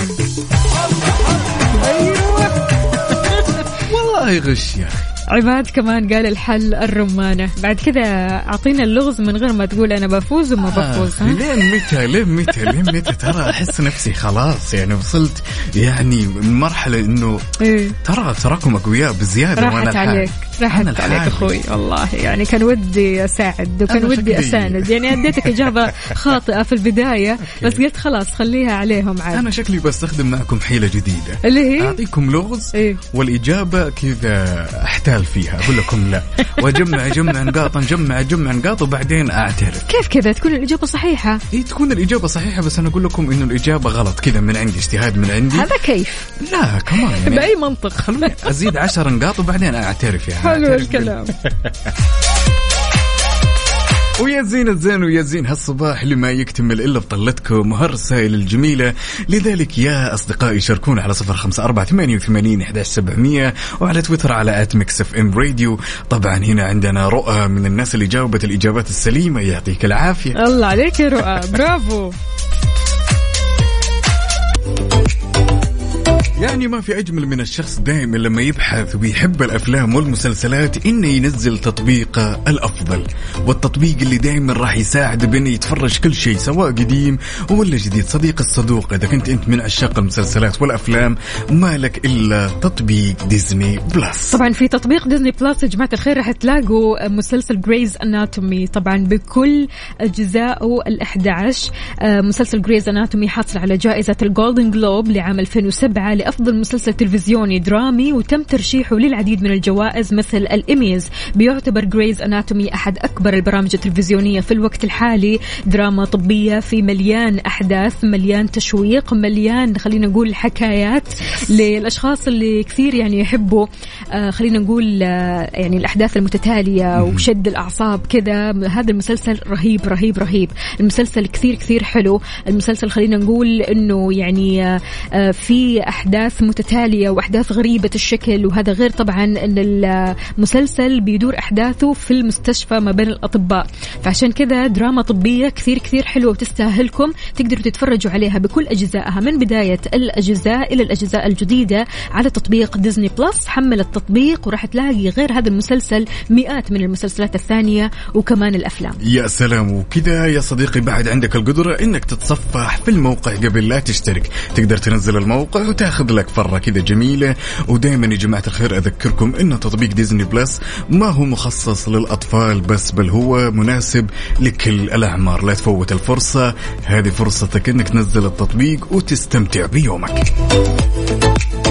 أيوة والله غش يا أخي. عباد كمان قال الحل الرمانة. بعد كذا أعطينا اللغز من غير ما تقول أنا بفوز وما بفوز. آه. لين متى لين متى لين متى ترى أحس نفسي خلاص يعني وصلت يعني مرحلة إنه إيه؟ ترى تراكم أقوياء بزيادة. راحت عليك راحت عليك أخوي والله يعني كان ودي أساعد وكان ودي أساند يعني أديتك إجابة خاطئة في البداية بس قلت خلاص خليها عليهم عاد. أنا شكلي بستخدم معكم حيلة جديدة اللي هي أعطيكم لغز إيه؟ والإجابة كذا أحتال فيها أقول لكم لا وأجمع جمع نقاط نجمع جمع نقاط وبعدين أعترف. كيف كذا تكون الإجابة صحيحة؟ إيه تكون الإجابة صحيحة بس أنا أقول لكم إنه الإجابة غلط كذا من عندي اجتهاد من عندي. هذا كيف؟ لا كمان يعني بأي منطق؟ خلوني أزيد عشر نقاط وبعدين أعترف يعني. حلو الكلام. ويا زين الزين ويا زين هالصباح اللي ما يكتمل إلا بطلتكم وهالرسائل الجميلة. لذلك يا أصدقائي شاركونا على صفر خمسة أربعة ثمانية وثمانين أحد عشر سبعمية وعلى تويتر على آت ميكس اف ام راديو. طبعا هنا عندنا رؤى من الناس اللي جاوبت الإجابات السليمة. يعطيك العافية. الله عليك يا رؤى برافو. يعني ما في أجمل من الشخص دائما لما يبحث ويحب الأفلام والمسلسلات إنه ينزل تطبيقه الأفضل والتطبيق اللي دائما راح يساعد بإنه يتفرج كل شيء سواء قديم ولا جديد. صديق الصدوق إذا كنت أنت من عشاق المسلسلات والأفلام ما لك إلا تطبيق ديزني بلس. طبعا في تطبيق ديزني بلس يا جماعة الخير راح تلاقوا مسلسل جريز أناتومي طبعا بكل أجزائه الأحد عشر. مسلسل جريز أناتومي حاصل على جائزة الجولدن جلوب لعام ألفين وسبعة أفضل مسلسل تلفزيوني درامي وتم ترشيحه للعديد من الجوائز مثل الإيميز. بيعتبر جريز أناتومي أحد أكبر البرامج التلفزيونية في الوقت الحالي. دراما طبية في مليان أحداث مليان تشويق مليان خلينا نقول حكايات للأشخاص اللي كثير يعني يحبوا آه خلينا نقول آه يعني الأحداث المتتالية وشد الأعصاب كذا. هذا المسلسل رهيب رهيب رهيب. المسلسل كثير كثير حلو. المسلسل خلينا نقول إنه يعني آه في أحداث متتالية وأحداث غريبة الشكل وهذا غير طبعا أن المسلسل بيدور أحداثه في المستشفى ما بين الأطباء. فعشان كذا دراما طبية كثير كثير حلوة وتستاهلكم. تقدروا تتفرجوا عليها بكل أجزائها من بداية الأجزاء إلى الأجزاء الجديدة على تطبيق ديزني بلس. حمل التطبيق وراح تلاقي غير هذا المسلسل مئات من المسلسلات الثانية وكمان الأفلام. يا سلام. وكذا يا صديقي بعد عندك القدرة إنك تتصفح في الموقع قبل لا تشترك. تقدر تنزل الموقع وتاخذ لك فرة كده جميلة. ودائما يا جماعة الخير أذكركم إن تطبيق ديزني بلس ما هو مخصص للأطفال بس بل هو مناسب لكل الأعمار. لا تفوت الفرصة. هذه فرصتك إنك تنزل التطبيق وتستمتع بيومك.